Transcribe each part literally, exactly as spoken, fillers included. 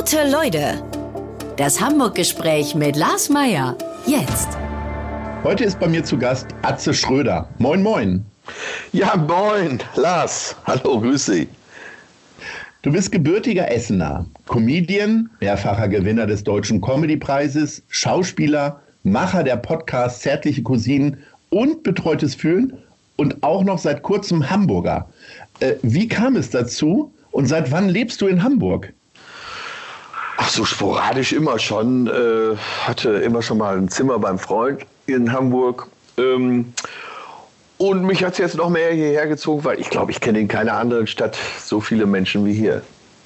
Gute Leute. Das Hamburg-Gespräch mit Lars Meier. Jetzt. Heute ist bei mir zu Gast Atze Schröder. Moin, moin. Ja, moin, Lars. Hallo, grüß Sie. Du bist gebürtiger Essener, Comedian, mehrfacher Gewinner des Deutschen Comedy-Preises, Schauspieler, Macher der Podcasts Zärtliche Cousinen und Betreutes Fühlen und auch noch seit kurzem Hamburger. Äh, wie kam es dazu und seit wann lebst du in Hamburg? Ach so, sporadisch immer schon. Äh, hatte immer schon mal ein Zimmer beim Freund in Hamburg. Ähm, und mich hat es jetzt noch mehr hierher gezogen, weil ich glaube, ich kenne in keiner anderen Stadt so viele Menschen wie hier.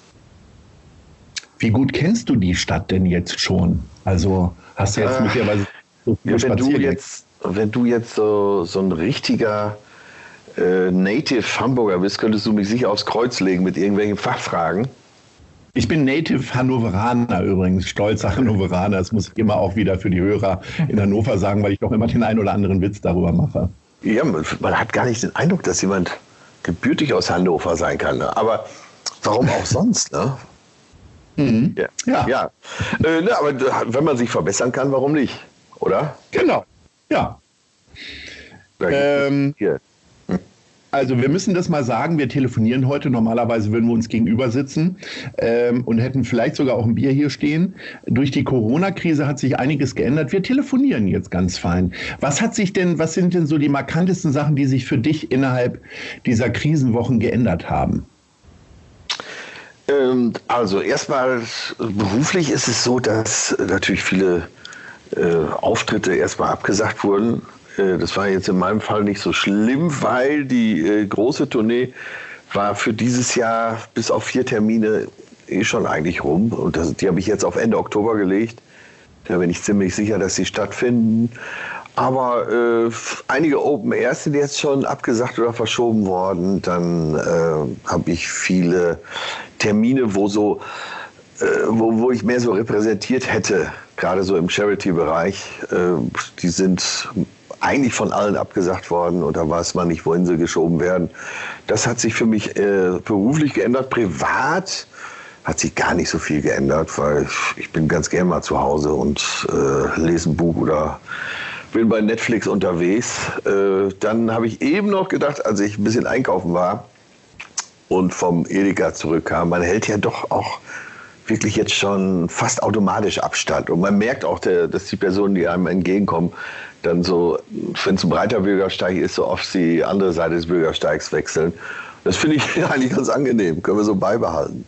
Wie gut kennst du die Stadt denn jetzt schon? Also hast du jetzt äh, möglicherweise so viele ja, wenn du Spaziergänge? jetzt, wenn du jetzt so, so ein richtiger äh, Native Hamburger bist, könntest du mich sicher aufs Kreuz legen mit irgendwelchen Fachfragen. Ich bin Native Hannoveraner übrigens, stolzer Hannoveraner. Das muss ich immer auch wieder für die Hörer in Hannover sagen, weil ich doch immer den einen oder anderen Witz darüber mache. Ja, man hat gar nicht den Eindruck, dass jemand gebürtig aus Hannover sein kann. Ne? Aber warum auch sonst, ne? Mhm. Ja. Ja. ja. Äh, ne, aber wenn man sich verbessern kann, warum nicht? Oder? Genau. Ja. Ähm, hier. Also wir müssen das mal sagen, wir telefonieren heute, normalerweise würden wir uns gegenüber sitzen ähm, und hätten vielleicht sogar auch ein Bier hier stehen. Durch die Corona-Krise hat sich einiges geändert. Wir telefonieren jetzt ganz fein. Was hat sich denn, was sind denn so die markantesten Sachen, die sich für dich innerhalb dieser Krisenwochen geändert haben? Ähm, also erstmal beruflich ist es so, dass natürlich viele äh, Auftritte erstmal abgesagt wurden. Das war jetzt in meinem Fall nicht so schlimm, weil die äh, große Tournee war für dieses Jahr bis auf vier Termine eh schon eigentlich rum. Und das, die habe ich jetzt auf Ende Oktober gelegt. Da bin ich ziemlich sicher, dass sie stattfinden. Aber äh, einige Open Airs sind jetzt schon abgesagt oder verschoben worden. Dann äh, habe ich viele Termine, wo, so, äh, wo, wo ich mehr so repräsentiert hätte, gerade so im Charity-Bereich. Äh, die sind eigentlich von allen abgesagt worden und da weiß man nicht, wohin sie geschoben werden. Das hat sich für mich äh, beruflich geändert. Privat hat sich gar nicht so viel geändert, weil ich bin ganz gern mal zu Hause und äh, lese ein Buch oder bin bei Netflix unterwegs. Äh, dann habe ich eben noch gedacht, als ich ein bisschen einkaufen war und vom Edeka zurückkam, man hält ja doch auch wirklich jetzt schon fast automatisch Abstand. Und man merkt auch, der, dass die Personen, die einem entgegenkommen, dann so, wenn es ein breiter Bürgersteig ist, so oft die andere Seite des Bürgersteigs wechseln. Das finde ich eigentlich ganz angenehm. Können wir so beibehalten.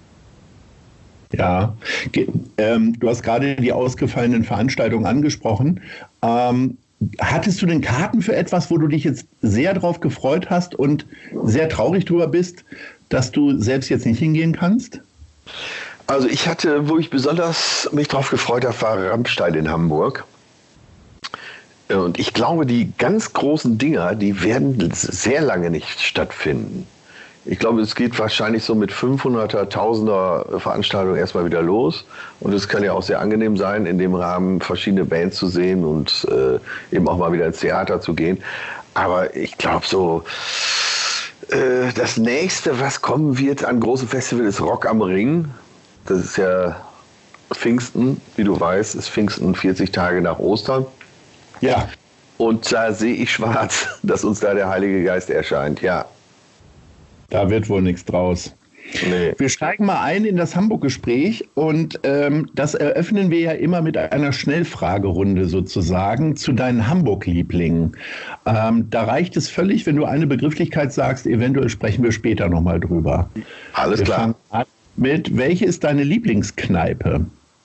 Ja, ähm, du hast gerade die ausgefallenen Veranstaltungen angesprochen. Ähm, hattest du denn Karten für etwas, wo du dich jetzt sehr drauf gefreut hast und sehr traurig drüber bist, dass du selbst jetzt nicht hingehen kannst? Also ich hatte, wo ich besonders mich drauf gefreut habe, war Rammstein in Hamburg. Und ich glaube, die ganz großen Dinger, die werden sehr lange nicht stattfinden. Ich glaube, es geht wahrscheinlich so mit fünfhunderter, tausender Veranstaltungen erstmal wieder los. Und es kann ja auch sehr angenehm sein, in dem Rahmen verschiedene Bands zu sehen und äh, eben auch mal wieder ins Theater zu gehen. Aber ich glaube so, äh, das nächste, was kommen wird an großen Festivals, ist Rock am Ring. Das ist ja Pfingsten, wie du weißt, ist Pfingsten vierzig Tage nach Ostern. Ja. Und da sehe ich schwarz, dass uns da der Heilige Geist erscheint, ja. Da wird wohl nichts draus. Nee. Wir steigen mal ein in das Hamburg-Gespräch und ähm, das eröffnen wir ja immer mit einer Schnellfragerunde sozusagen zu deinen Hamburg-Lieblingen. Ähm, da reicht es völlig, wenn du eine Begrifflichkeit sagst, eventuell sprechen wir später nochmal drüber. Alles wir klar. Fangen an mit, welche ist deine Lieblingskneipe?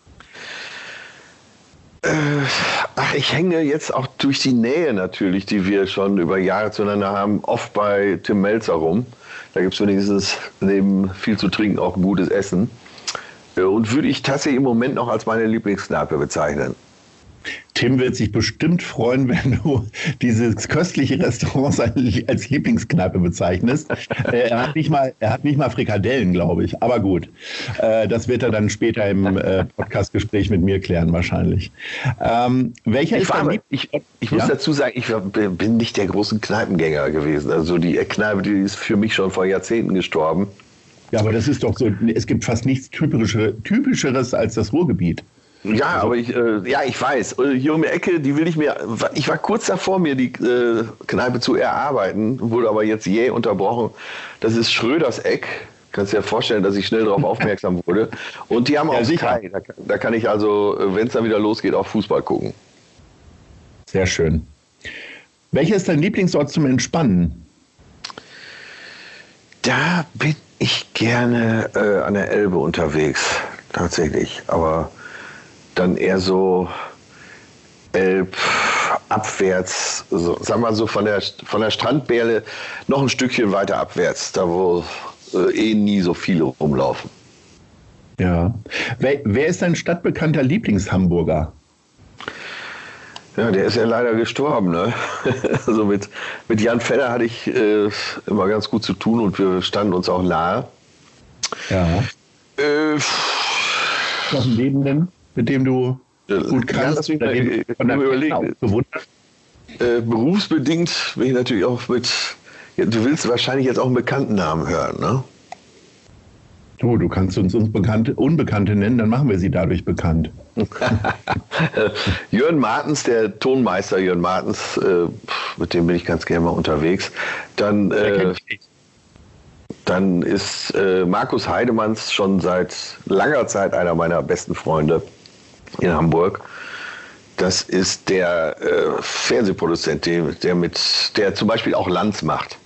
Ach, ich hänge jetzt auch durch die Nähe natürlich, die wir schon über Jahre zueinander haben, oft bei Tim Melzer rum. Da gibt es wenigstens neben viel zu trinken auch gutes Essen. Und würde ich tatsächlich im Moment noch als meine Lieblingskneipe bezeichnen. Tim wird sich bestimmt freuen, wenn du dieses köstliche Restaurant als Lieblingskneipe bezeichnest. Er hat nicht mal, er hat nicht mal Frikadellen, glaube ich. Aber gut, das wird er dann später im Podcastgespräch mit mir klären wahrscheinlich. Ähm, welcher ich ist dein Lieb- Ich, ich muss ja? dazu sagen, ich bin nicht der große Kneipengänger gewesen. Also die Kneipe, die ist für mich schon vor Jahrzehnten gestorben. Ja, aber das ist doch so, es gibt fast nichts Typischere, Typischeres als das Ruhrgebiet. Ja, also. aber ich, äh, ja, ich weiß. Hier um die Ecke, die will ich mir, ich war kurz davor, mir die äh, Kneipe zu erarbeiten, wurde aber jetzt jäh unterbrochen. Das ist Schröders Eck. Kannst dir ja vorstellen, dass ich schnell darauf aufmerksam wurde. Und die haben ja, auch Sky. Da, da kann ich also, wenn es dann wieder losgeht, auch Fußball gucken. Sehr schön. Welcher ist dein Lieblingsort zum Entspannen? Da bin ich gerne äh, an der Elbe unterwegs, tatsächlich. Aber dann eher so elbabwärts, so, sagen wir mal so von der, von der Strandbärle noch ein Stückchen weiter abwärts, da wo äh, eh nie so viele rumlaufen. Ja. Wer, wer ist dein stadtbekannter Lieblingshamburger? Ja, der ist ja leider gestorben. Ne? Also mit, mit Jan Fedder hatte ich äh, immer ganz gut zu tun und wir standen uns auch nahe. Ja. Äh, Noch ein Lebenden, mit dem du gut kannst? Ja, äh, von der überlegen. Äh, berufsbedingt bin ich natürlich auch mit. Ja, du willst wahrscheinlich jetzt auch einen bekannten Namen hören, ne? Du, du kannst uns, uns Bekannte, Unbekannte nennen, dann machen wir sie dadurch bekannt. Jörn Martens, der Tonmeister Jörn Martens, äh, mit dem bin ich ganz gerne mal unterwegs. Dann, äh, dann ist äh, Markus Heidemanns schon seit langer Zeit einer meiner besten Freunde in Hamburg. Das ist der äh, Fernsehproduzent, der, der, mit, der zum Beispiel auch Lanz macht.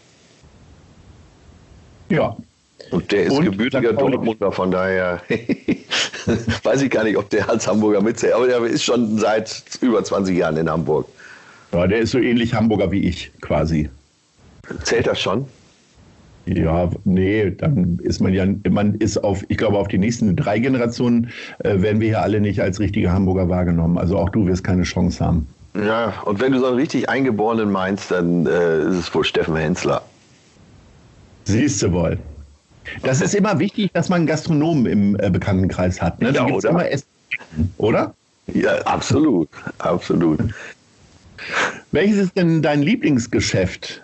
Ja. Und der ist und gebürtiger Dortmunder, von daher weiß ich gar nicht, ob der als Hamburger mitzählt. Aber der ist schon seit über zwanzig Jahren in Hamburg. Ja, der ist so ähnlich Hamburger wie ich, quasi. Zählt das schon? Ja, nee, dann ist man ja, man ist auf, ich glaube, auf die nächsten drei Generationen äh, werden wir hier alle nicht als richtige Hamburger wahrgenommen. Also auch du wirst keine Chance haben. Ja, und wenn du so einen richtig Eingeborenen meinst, dann äh, ist es wohl Steffen Hensler. Siehst du wohl. Das ist immer wichtig, dass man einen Gastronomen im äh, Bekanntenkreis hat. Ne? Da ja, gibt's oder? Immer Essen, oder? Ja, absolut, absolut. Welches ist denn dein Lieblingsgeschäft?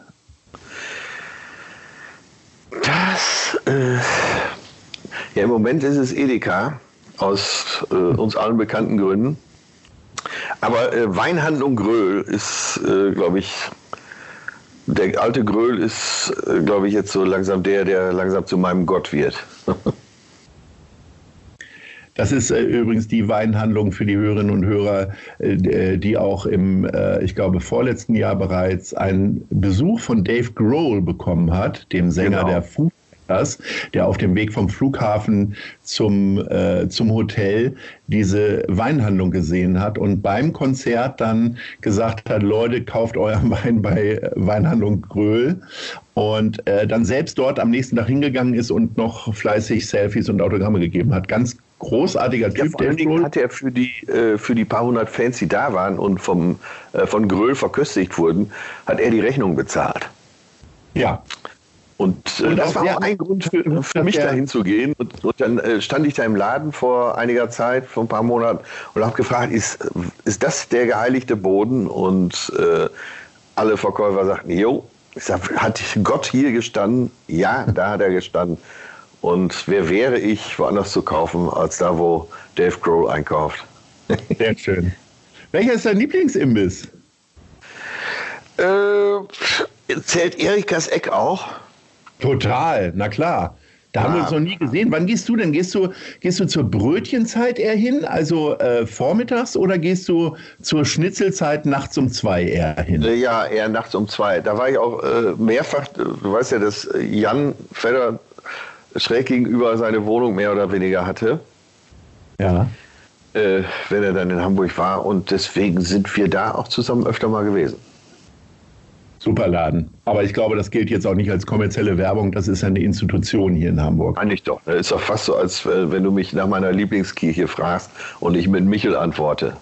Das, äh, ja, im Moment ist es Edeka, aus äh, uns allen bekannten Gründen. Aber äh, Weinhandlung Gröhl ist, äh, glaube ich, der alte Gröhl ist, äh, glaube ich, jetzt so langsam der, der langsam zu meinem Gott wird. Das ist äh, übrigens die Weinhandlung für die Hörerinnen und Hörer, äh, die auch im, äh, ich glaube, vorletzten Jahr bereits einen Besuch von Dave Grohl bekommen hat, dem Sänger genau. der Foo Fighters, der auf dem Weg vom Flughafen zum, äh, zum Hotel diese Weinhandlung gesehen hat und beim Konzert dann gesagt hat, Leute, kauft euren Wein bei Weinhandlung Gröhl. Und äh, dann selbst dort am nächsten Tag hingegangen ist und noch fleißig Selfies und Autogramme gegeben hat. Ganz großartiger Typ. Ja, vor allen Dingen hat er für die, äh, für die paar hundert Fans, die da waren und vom, äh, von Gröhl verköstigt wurden, hat er die Rechnung bezahlt. Ja. Und, äh, und das war auch ein Grund für, für mich, da hinzugehen. Und, und dann äh, stand ich da im Laden vor einiger Zeit, vor ein paar Monaten, und habe gefragt, ist, ist das der geheiligte Boden? Und äh, alle Verkäufer sagten, jo. Ich sag, hat Gott hier gestanden? Ja, da hat er gestanden. Und wer wäre ich, woanders zu kaufen, als da, wo Dave Grohl einkauft? Sehr schön. Welcher ist dein Lieblingsimbiss? Äh, zählt Erikas Eck auch? Total, na klar. Da haben wir uns noch nie gesehen. Wann gehst du denn? Gehst du, gehst du zur Brötchenzeit eher hin, also äh, vormittags, oder gehst du zur Schnitzelzeit nachts um zwei eher hin? Ja, eher nachts um zwei. Da war ich auch äh, mehrfach, du weißt ja, dass Jan Fedder schräg gegenüber seine Wohnung mehr oder weniger hatte. Ja. Äh, wenn er dann in Hamburg war. Und deswegen sind wir da auch zusammen öfter mal gewesen. Super Laden. Aber ich glaube, das gilt jetzt auch nicht als kommerzielle Werbung. Das ist eine Institution hier in Hamburg. Eigentlich doch. Das ist doch fast so, als wenn du mich nach meiner Lieblingskirche fragst und ich mit Michel antworte.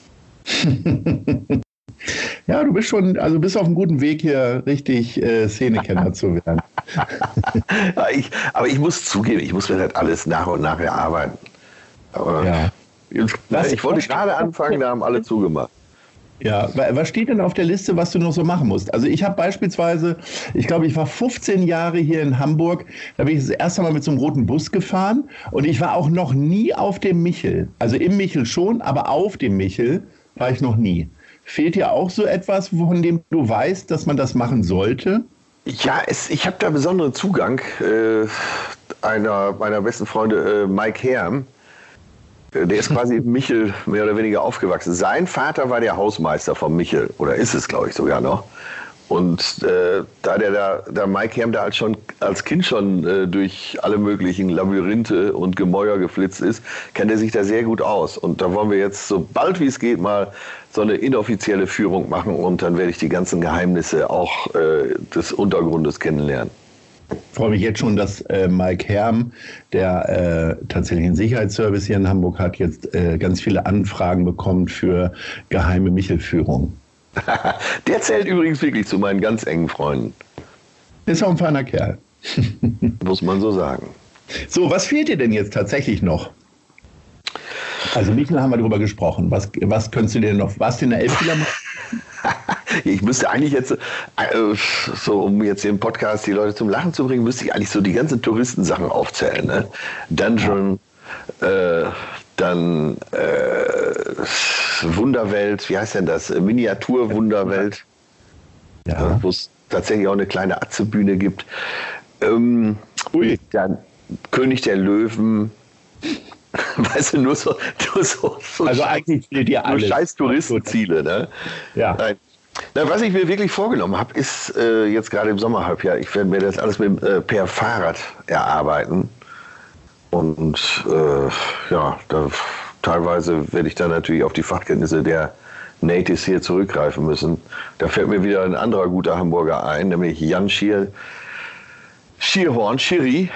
Ja, du bist schon, also bist auf einem guten Weg, hier richtig äh, Szenekenner zu werden. Ja, ich, aber ich muss zugeben, ich muss mir das alles nach und nach erarbeiten. Aber ja. jetzt, ich wollte gerade anfangen, da haben alle zugemacht. Ja, was steht denn auf der Liste, was du noch so machen musst? Also ich habe beispielsweise, ich glaube, ich war fünfzehn Jahre hier in Hamburg, da bin ich das erste Mal mit so einem roten Bus gefahren und ich war auch noch nie auf dem Michel. Also im Michel schon, aber auf dem Michel war ich noch nie. Fehlt dir auch so etwas, von dem du weißt, dass man das machen sollte? Ja, es, ich habe da besonderen Zugang. Äh, einer meiner besten Freunde, äh, Mike Herm, der ist quasi im Michel mehr oder weniger aufgewachsen. Sein Vater war der Hausmeister vom Michel, oder ist es, glaube ich, sogar noch. Und äh, da der, der, der Mike Herm da als, schon, als Kind schon äh, durch alle möglichen Labyrinthe und Gemäuer geflitzt ist, kennt er sich da sehr gut aus. Und da wollen wir jetzt, so bald wie es geht, mal so eine inoffizielle Führung machen und dann werde ich die ganzen Geheimnisse auch äh, des Untergrundes kennenlernen. Ich freue mich jetzt schon, dass äh, Mike Herm, der äh, tatsächlich einen Sicherheitsservice hier in Hamburg hat, jetzt äh, ganz viele Anfragen bekommt für geheime Michelführungen. Der zählt übrigens wirklich zu meinen ganz engen Freunden. Ist auch ein feiner Kerl. Muss man so sagen. So, was fehlt dir denn jetzt tatsächlich noch? Also Michel haben wir darüber gesprochen. Was, was könntest du dir noch, was in der Elbphilharmonie? Ich müsste eigentlich jetzt, äh, so um jetzt hier im Podcast die Leute zum Lachen zu bringen, müsste ich eigentlich so die ganzen Touristensachen aufzählen. Ne? Dungeon, äh, dann äh, Wunderwelt, wie heißt denn das? Miniatur-Wunderwelt, Ja. wo es tatsächlich auch eine kleine Atzebühne gibt. Ähm, Ui. Dann König der Löwen. Weißt du, nur so, nur so, so Also eigentlich fehlt dir nur alles. scheiß Touristenziele, ne? Ja. Nein. Na, was ich mir wirklich vorgenommen habe, ist äh, jetzt gerade im Sommerhalbjahr, ich werde mir das alles mit, äh, per Fahrrad erarbeiten. Und äh, ja, da, teilweise werde ich dann natürlich auf die Fachkenntnisse der Natives hier zurückgreifen müssen. Da fällt mir wieder ein anderer guter Hamburger ein, nämlich Jan Schier, Schierhorn, Schiri.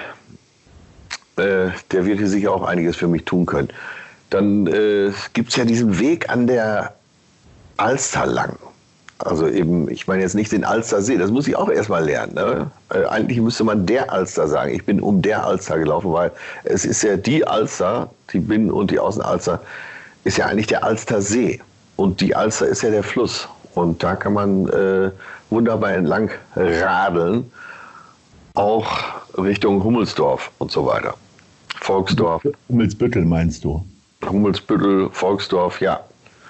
Äh, der wird hier sicher auch einiges für mich tun können. Dann äh, gibt es ja diesen Weg an der Alster lang. Also eben, ich meine jetzt nicht den Alstersee, das muss ich auch erstmal lernen. Ne? Äh, eigentlich müsste man der Alster sagen. Ich bin um der Alster gelaufen, weil es ist ja die Alster, die Binnen- und die Außenalster, ist ja eigentlich der Alstersee. Und die Alster ist ja der Fluss. Und da kann man äh, wunderbar entlang radeln, auch Richtung Hummelsdorf und so weiter. Volksdorf. Hummelsbüttel meinst du? Hummelsbüttel, Volksdorf, ja.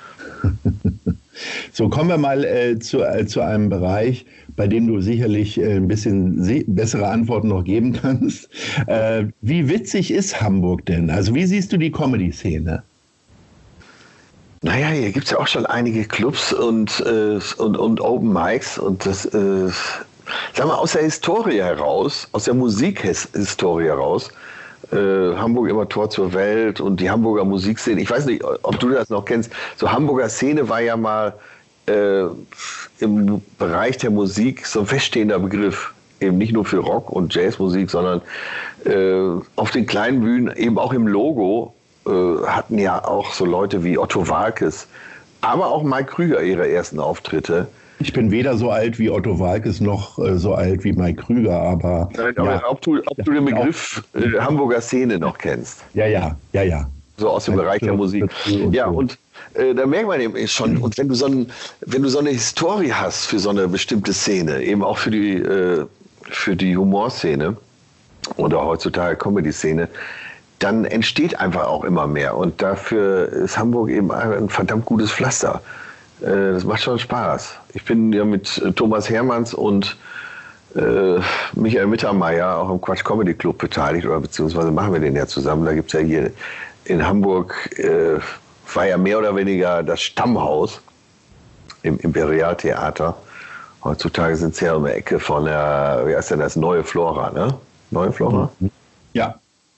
So, kommen wir mal äh, zu, äh, zu einem Bereich, bei dem du sicherlich äh, ein bisschen se- bessere Antworten noch geben kannst. Äh, wie witzig ist Hamburg denn? Also wie siehst du die Comedy-Szene? Naja, hier gibt es ja auch schon einige Clubs und, äh, und, und Open Mics. Und das, äh, sag mal, aus der Historie heraus, aus der Musikhistorie heraus, Äh, Hamburg immer Tor zur Welt und die Hamburger Musikszene. Ich weiß nicht, ob du das noch kennst. So Hamburger Szene war ja mal äh, im Bereich der Musik so ein feststehender Begriff. Eben nicht nur für Rock- und Jazzmusik, sondern äh, auf den kleinen Bühnen, eben auch im Logo, äh, hatten ja auch so Leute wie Otto Waalkes, aber auch Mike Krüger ihre ersten Auftritte. Ich bin weder so alt wie Otto Waalkes noch äh, so alt wie Mike Krüger, aber... Nein, aber ja. ob, du, ob du den Begriff äh, Hamburger Szene noch kennst. Ja, ja, ja, ja. So aus dem Bereich der Musik. Und Ja, so. und äh, da merkt man eben schon, und wenn du, so ein, wenn du so eine Historie hast für so eine bestimmte Szene, eben auch für die, äh, für die Humorszene oder heutzutage Comedy-Szene, dann entsteht einfach auch immer mehr. Und dafür ist Hamburg eben ein verdammt gutes Pflaster. Äh, das macht schon Spaß. Ich bin ja mit Thomas Hermanns und äh, Michael Mittermeier auch im Quatsch Comedy Club beteiligt, oder beziehungsweise machen wir den ja zusammen. Da gibt es ja hier in Hamburg, äh, war ja mehr oder weniger das Stammhaus im Imperialtheater. Heutzutage sind es ja um die Ecke von der, wie heißt denn das, Neue Flora, ne? Neue Flora? Ja.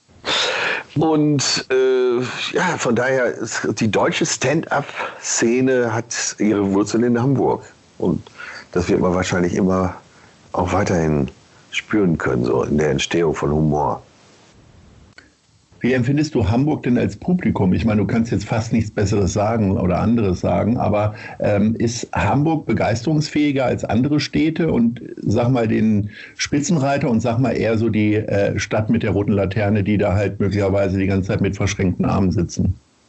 Und äh, ja, von daher ist die deutsche Stand-up-Szene hat ihre Wurzeln in Hamburg. Und das wird man wahrscheinlich immer auch weiterhin spüren können, so in der Entstehung von Humor. Wie empfindest du Hamburg denn als Publikum? Ich meine, du kannst jetzt fast nichts Besseres sagen oder anderes sagen, aber ähm, ist Hamburg begeisterungsfähiger als andere Städte und sag mal den Spitzenreiter und sag mal eher so die äh, Stadt mit der roten Laterne, die da halt möglicherweise die ganze Zeit mit verschränkten Armen sitzen?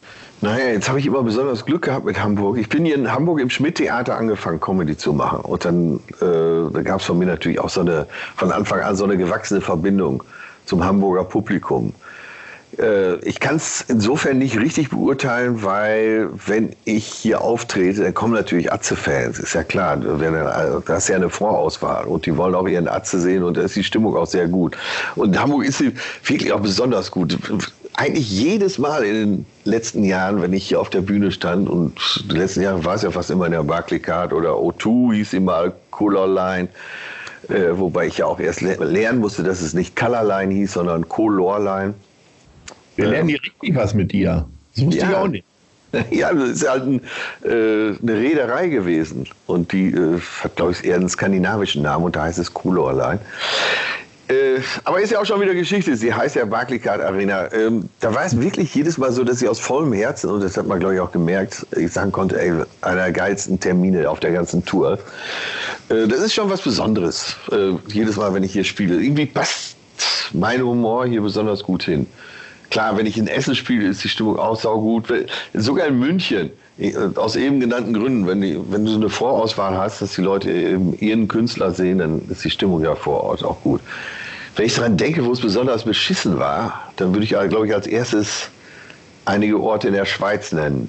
Naja, jetzt habe ich immer besonders Glück gehabt mit Hamburg. Ich bin hier in Hamburg im Schmidt-Theater angefangen, Comedy zu machen. Und dann äh, da gab es von mir natürlich auch so eine, von Anfang an so eine gewachsene Verbindung zum Hamburger Publikum. Äh, ich kann es insofern nicht richtig beurteilen, weil wenn ich hier auftrete, dann kommen natürlich Atze-Fans, ist ja klar. Da ist ja eine Vorauswahl und die wollen auch ihren Atze sehen und da ist die Stimmung auch sehr gut. Und in Hamburg ist sie wirklich auch besonders gut. Eigentlich jedes Mal in den letzten Jahren, wenn ich hier auf der Bühne stand, und die letzten Jahre war es ja fast immer in der Barclaycard oder O zwei hieß immer mal Colorline, äh, wobei ich ja auch erst le- lernen musste, dass es nicht Colorline hieß, sondern Colorline. Wir lernen hier richtig was mit dir. Das wusste ja. ich auch nicht. Ja, das ist halt ein, äh, eine Reederei gewesen und die äh, hat, glaube ich, eher einen skandinavischen Namen und da heißt es Colorline. Äh, aber ist ja auch schon wieder Geschichte. Sie heißt ja Barclaycard Arena. Ähm, da war es wirklich jedes Mal so, dass sie aus vollem Herzen, und das hat man, glaube ich, auch gemerkt, ich sagen konnte, ey, einer der geilsten Termine auf der ganzen Tour. Äh, das ist schon was Besonderes. Äh, jedes Mal, wenn ich hier spiele. Irgendwie passt mein Humor hier besonders gut hin. Klar, wenn ich in Essen spiele, ist die Stimmung auch saugut. Sogar in München, aus eben genannten Gründen. Wenn, die, wenn du so eine Vorauswahl hast, dass die Leute eben ihren Künstler sehen, dann ist die Stimmung ja vor Ort auch gut. Wenn ich daran denke, wo es besonders beschissen war, dann würde ich, glaube ich, als erstes einige Orte in der Schweiz nennen.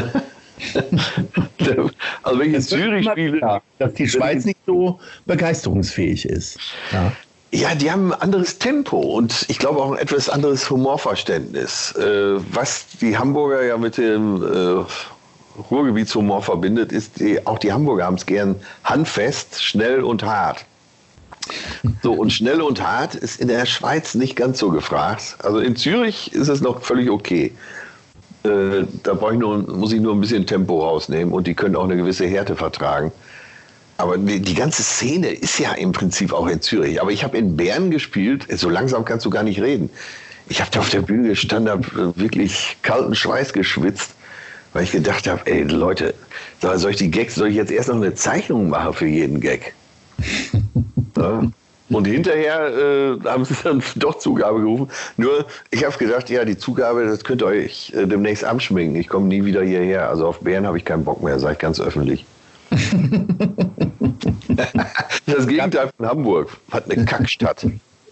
Also wenn ich in Zürich spiele... Klar, dass die Schweiz nicht so begeisterungsfähig ist. Ja. Ja, die haben ein anderes Tempo und ich glaube auch ein etwas anderes Humorverständnis. Äh, was die Hamburger ja mit dem äh, Ruhrgebietshumor verbindet, ist, die, auch die Hamburger haben es gern handfest, schnell und hart. So, und schnell und hart ist in der Schweiz nicht ganz so gefragt. Also in Zürich ist es noch völlig okay. Äh, da brauche ich nur, muss ich nur ein bisschen Tempo rausnehmen und die können auch eine gewisse Härte vertragen. Aber die, die ganze Szene ist ja im Prinzip auch in Zürich. Aber ich habe in Bern gespielt, so langsam kannst du gar nicht reden. Ich habe da auf der Bühne gestanden, habe wirklich kalten Schweiß geschwitzt, weil ich gedacht habe, ey Leute, soll ich die Gags, soll ich jetzt erst noch eine Zeichnung machen für jeden Gag? Ja. Und hinterher äh, haben sie dann doch Zugabe gerufen. Nur, ich habe gedacht, ja, die Zugabe, das könnt ihr euch äh, demnächst anschminken. Ich komme nie wieder hierher. Also auf Bern habe ich keinen Bock mehr, sage ich ganz öffentlich. Das Gegenteil von Hamburg. Hat eine Kackstadt.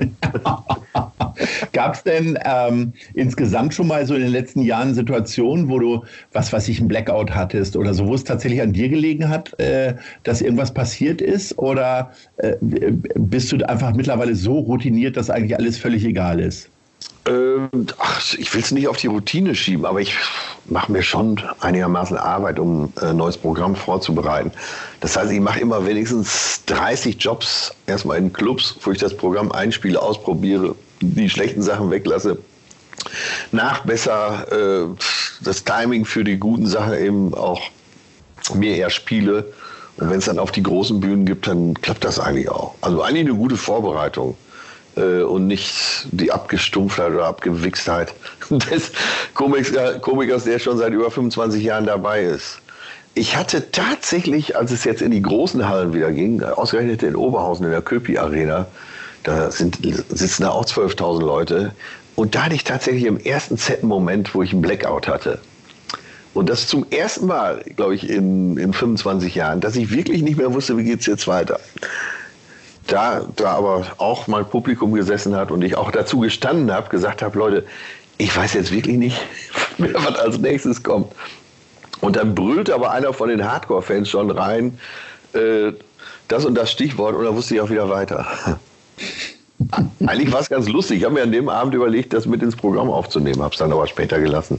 Gab es denn ähm, insgesamt schon mal so in den letzten Jahren Situationen, wo du, was weiß ich, einen Blackout hattest oder so, wo es tatsächlich an dir gelegen hat, äh, dass irgendwas passiert ist? Oder äh, bist du einfach mittlerweile so routiniert, dass eigentlich alles völlig egal ist? Ähm, ach, ich will es nicht auf die Routine schieben, aber ich mache mir schon einigermaßen Arbeit, um ein neues Programm vorzubereiten. Das heißt, ich mache immer wenigstens dreißig Jobs erstmal in Clubs, wo ich das Programm einspiele, ausprobiere, die schlechten Sachen weglasse, nachbesser, äh, das Timing für die guten Sachen eben auch mir eher spiele. Und wenn es dann auf die großen Bühnen gibt, dann klappt das eigentlich auch. Also eigentlich eine gute Vorbereitung. Und nicht die Abgestumpftheit oder Abgewichstheit des Komikers, der schon seit über fünfundzwanzig Jahren dabei ist. Ich hatte tatsächlich, als es jetzt in die großen Hallen wieder ging, ausgerechnet in Oberhausen in der Köpi Arena, da sind, sitzen da auch zwölftausend Leute, und da hatte ich tatsächlich im ersten Set einen Moment, wo ich einen Blackout hatte. Und das zum ersten Mal, glaube ich, in, in fünfundzwanzig Jahren, dass ich wirklich nicht mehr wusste, wie geht es jetzt weiter. Da, da aber auch mal Publikum gesessen hat und ich auch dazu gestanden habe, gesagt habe, Leute, ich weiß jetzt wirklich nicht, was als nächstes kommt. Und dann brüllte aber einer von den Hardcore-Fans schon rein, äh, das und das Stichwort, und dann wusste ich auch wieder weiter. Eigentlich war es ganz lustig. Ich habe mir an dem Abend überlegt, das mit ins Programm aufzunehmen, habe es dann aber später gelassen.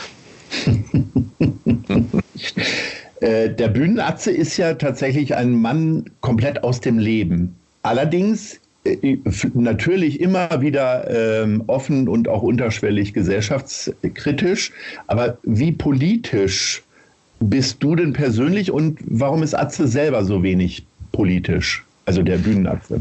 Der Bühnenatze ist ja tatsächlich ein Mann komplett aus dem Leben. Allerdings äh, natürlich immer wieder ähm, offen und auch unterschwellig gesellschaftskritisch. Aber wie politisch bist du denn persönlich und warum ist Atze selber so wenig politisch? Also der Bühnenatze.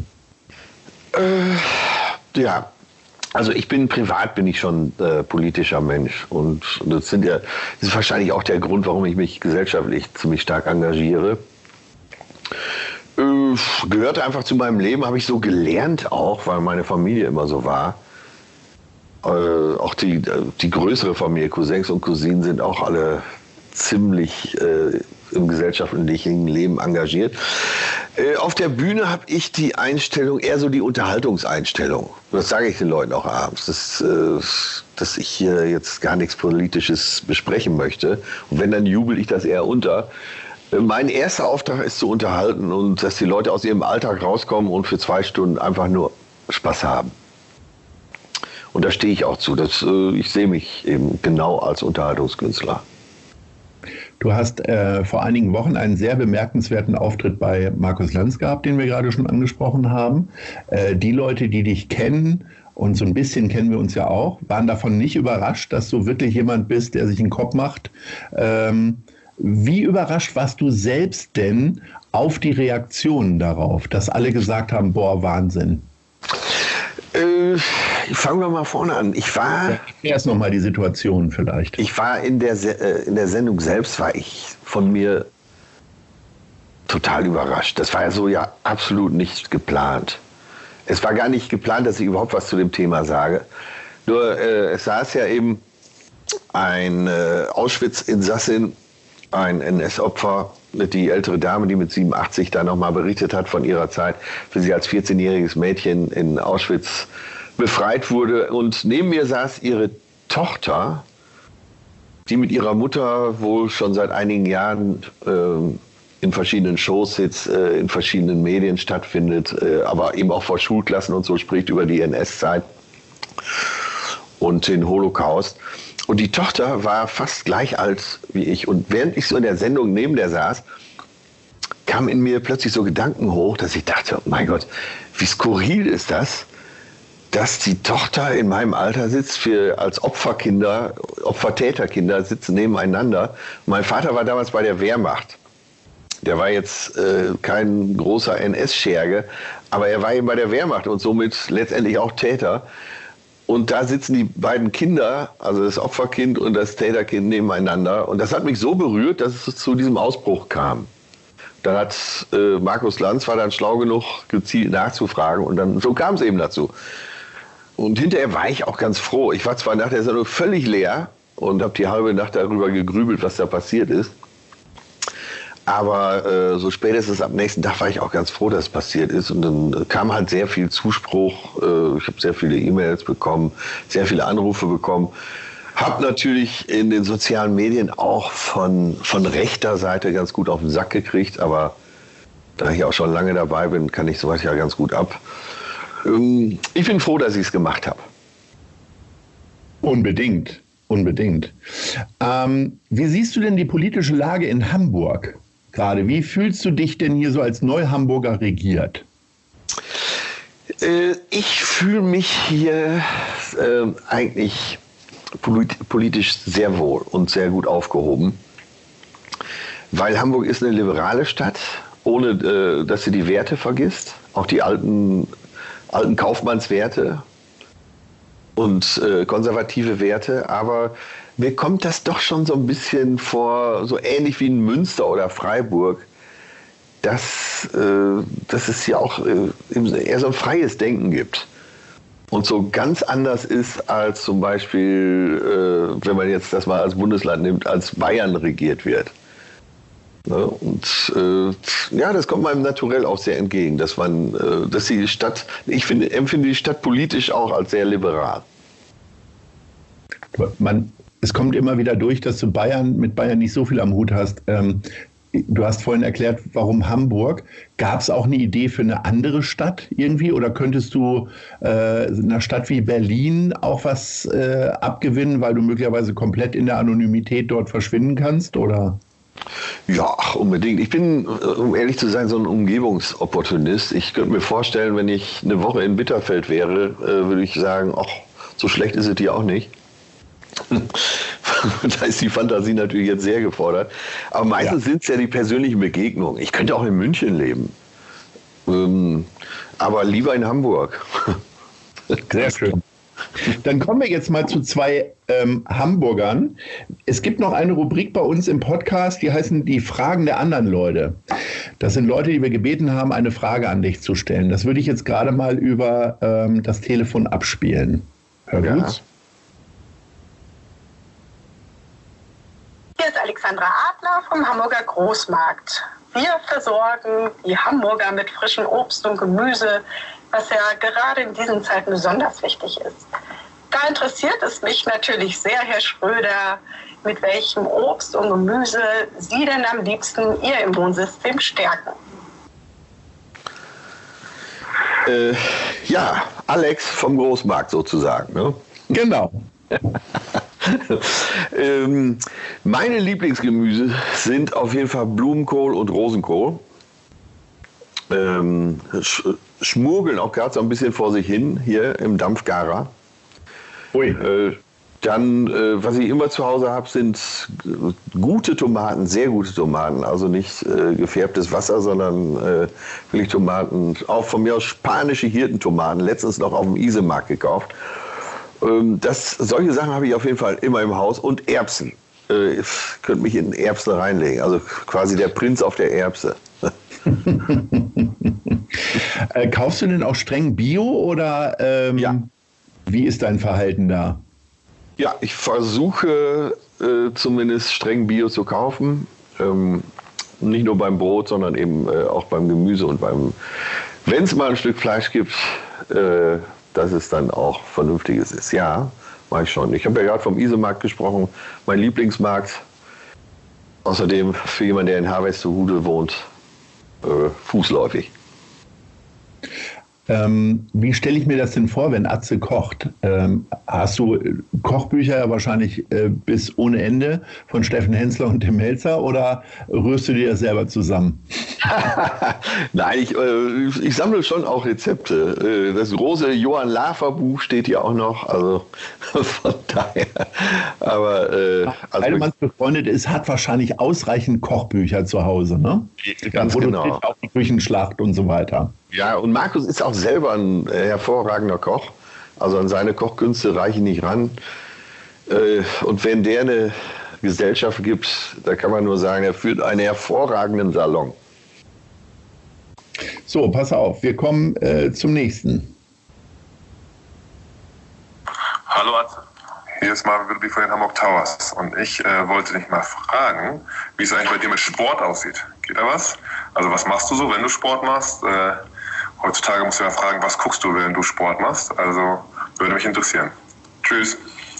Äh, ja, also ich bin privat bin ich schon äh, politischer Mensch und das sind ja das ist wahrscheinlich auch der Grund, warum ich mich gesellschaftlich ziemlich stark engagiere. Äh, gehört einfach zu meinem Leben, habe ich so gelernt auch, weil meine Familie immer so war. Äh, auch die, die größere Familie, Cousins und Cousinen, sind auch alle ziemlich äh, im gesellschaftlichen Leben engagiert. Äh, auf der Bühne habe ich die Einstellung, eher so die Unterhaltungseinstellung. Das sage ich den Leuten auch abends, dass, äh, dass ich hier jetzt gar nichts Politisches besprechen möchte. Und wenn, dann jubel ich das eher unter. Äh, mein erster Auftrag ist zu unterhalten und dass die Leute aus ihrem Alltag rauskommen und für zwei Stunden einfach nur Spaß haben. Und da stehe ich auch zu. Das, äh, ich sehe mich eben genau als Unterhaltungskünstler. Du hast äh, vor einigen Wochen einen sehr bemerkenswerten Auftritt bei Markus Lanz gehabt, den wir gerade schon angesprochen haben. Äh, die Leute, die dich kennen, und so ein bisschen kennen wir uns ja auch, waren davon nicht überrascht, dass du wirklich jemand bist, der sich einen Kopf macht. Ähm, wie überrascht warst du selbst denn auf die Reaktionen darauf, dass alle gesagt haben, boah, Wahnsinn? Äh, fangen wir mal vorne an. Ich war... Ja, erst nochmal die Situation vielleicht. Ich war in der, äh, in der Sendung selbst, war ich von mir total überrascht. Das war ja so ja absolut nicht geplant. Es war gar nicht geplant, dass ich überhaupt was zu dem Thema sage. Nur äh, es saß ja eben ein äh, Auschwitz-Insassin, ein N S-Opfer, die ältere Dame, die mit siebenundachtzig da nochmal berichtet hat von ihrer Zeit, wie sie als vierzehnjähriges Mädchen in Auschwitz befreit wurde. Und neben mir saß ihre Tochter, die mit ihrer Mutter wohl schon seit einigen Jahren äh, in verschiedenen Shows sitzt, äh, in verschiedenen Medien stattfindet, äh, aber eben auch vor Schulklassen und so spricht über die N S-Zeit und den Holocaust. Und die Tochter war fast gleich alt wie ich. Und während ich so in der Sendung neben der saß, kamen in mir plötzlich so Gedanken hoch, dass ich dachte, mein Gott, wie skurril ist das, dass die Tochter in meinem Alter sitzt, für als Opferkinder, Opfertäterkinder sitzen nebeneinander. Mein Vater war damals bei der Wehrmacht. Der war jetzt äh, kein großer N S-Scherge, aber er war eben bei der Wehrmacht und somit letztendlich auch Täter. Und da sitzen die beiden Kinder, also das Opferkind und das Täterkind nebeneinander. Und das hat mich so berührt, dass es zu diesem Ausbruch kam. Dann hat äh, Markus Lanz war dann schlau genug, gezielt nachzufragen. Und dann so kam es eben dazu. Und hinterher war ich auch ganz froh. Ich war zwar nach der Sendung völlig leer und habe die halbe Nacht darüber gegrübelt, was da passiert ist. Aber äh, so spätestens am nächsten Tag war ich auch ganz froh, dass es passiert ist. Und dann äh, kam halt sehr viel Zuspruch. Äh, ich habe sehr viele E-Mails bekommen, sehr viele Anrufe bekommen. Hab natürlich in den sozialen Medien auch von, von rechter Seite ganz gut auf den Sack gekriegt. Aber da ich auch schon lange dabei bin, kann ich sowas ja ganz gut ab. Ähm, ich bin froh, dass ich es gemacht habe. Unbedingt, unbedingt. Ähm, wie siehst du denn die politische Lage in Hamburg? Gerade. Wie fühlst du dich denn hier so als Neuhamburger regiert? Äh, ich fühle mich hier äh, eigentlich polit- politisch sehr wohl und sehr gut aufgehoben, weil Hamburg ist eine liberale Stadt, ohne äh, dass sie die Werte vergisst, auch die alten, alten Kaufmannswerte und äh, konservative Werte, aber mir kommt das doch schon so ein bisschen vor, so ähnlich wie in Münster oder Freiburg, dass, äh, dass es hier auch äh, eher so ein freies Denken gibt. Und so ganz anders ist als zum Beispiel, äh, wenn man jetzt das mal als Bundesland nimmt, als Bayern regiert wird. Ne? Und äh, ja, das kommt meinem Naturell auch sehr entgegen, dass man, äh, dass die Stadt, ich finde, empfinde die Stadt politisch auch als sehr liberal. Man Es kommt immer wieder durch, dass du Bayern mit Bayern nicht so viel am Hut hast. Ähm, du hast vorhin erklärt, warum Hamburg. Gab es auch eine Idee für eine andere Stadt irgendwie? Oder könntest du äh, einer Stadt wie Berlin auch was äh, abgewinnen, weil du möglicherweise komplett in der Anonymität dort verschwinden kannst? Oder? Ja, ach, unbedingt. Ich bin, um ehrlich zu sein, so ein Umgebungsopportunist. Ich könnte mir vorstellen, wenn ich eine Woche in Bitterfeld wäre, äh, würde ich sagen, ach, so schlecht ist es hier auch nicht. Da ist die Fantasie natürlich jetzt sehr gefordert. Aber meistens ja. sind es ja die persönlichen Begegnungen. Ich könnte auch in München leben. Ähm, aber lieber in Hamburg. Sehr schön. Dann kommen wir jetzt mal zu zwei ähm, Hamburgern. Es gibt noch eine Rubrik bei uns im Podcast, die heißen die Fragen der anderen Leute. Das sind Leute, die wir gebeten haben, eine Frage an dich zu stellen. Das würde ich jetzt gerade mal über ähm, das Telefon abspielen. Hör Ja. gut. Hier ist Alexandra Adler vom Hamburger Großmarkt. Wir versorgen die Hamburger mit frischem Obst und Gemüse, was ja gerade in diesen Zeiten besonders wichtig ist. Da interessiert es mich natürlich sehr, Herr Schröder, mit welchem Obst und Gemüse Sie denn am liebsten Ihr Immunsystem stärken. Äh, ja, Alex vom Großmarkt sozusagen. Ne? Genau. ähm, meine Lieblingsgemüse sind auf jeden Fall Blumenkohl und Rosenkohl. Ähm, sch schmurgeln auch gerade so ein bisschen vor sich hin hier im Dampfgarer. Ui. Äh, dann, äh, was ich immer zu Hause habe, sind gute Tomaten, sehr gute Tomaten. Also nicht äh, gefärbtes Wasser, sondern äh, wirklich Tomaten, auch von mir aus spanische Hirtentomaten, letztens noch auf dem Isemarkt gekauft. Ähm, das, solche Sachen habe ich auf jeden Fall immer im Haus. Und Erbsen. Äh, ich könnte mich in Erbsen reinlegen. Also quasi der Prinz auf der Erbse. äh, kaufst du denn auch streng Bio oder ähm, Ja. wie ist dein Verhalten da? Ja, ich versuche äh, zumindest streng Bio zu kaufen. Ähm, nicht nur beim Brot, sondern eben äh, auch beim Gemüse und beim, wenn es mal ein Stück Fleisch gibt, äh, dass es dann auch vernünftiges ist. Ja, mache ich schon. Ich habe ja gerade vom Isemarkt gesprochen, mein Lieblingsmarkt. Außerdem für jemanden, der in Harvestehude wohnt, äh, fußläufig. Ähm, wie stelle ich mir das denn vor, wenn Atze kocht? Ähm, hast du Kochbücher ja wahrscheinlich äh, bis ohne Ende von Steffen Hensler und Tim Melzer oder rührst du dir das selber zusammen? Nein, ich, äh, ich sammle schon auch Rezepte. Äh, das große Johann Lafer Buch steht hier auch noch, also von daher. Aber äh, also Heidemanns befreundet ist, hat wahrscheinlich ausreichend Kochbücher zu Hause, ne? Ganz Da genau. produziert auch die Küchenschlacht und so weiter. Ja, und Markus ist auch selber ein äh, hervorragender Koch. Also an seine Kochkünste reiche ich nicht ran. Äh, und wenn der eine Gesellschaft gibt, da kann man nur sagen, er führt einen hervorragenden Salon. So, pass auf, wir kommen äh, zum nächsten. Hallo Atze, hier ist Marvin Willoughby von den Hamburg Towers und ich äh, wollte dich mal fragen, wie es eigentlich bei dir mit Sport aussieht. Geht da was? Also was machst du so, wenn du Sport machst? Äh, heutzutage musst du ja fragen, was guckst du, wenn du Sport machst? Also würde mich interessieren. Tschüss.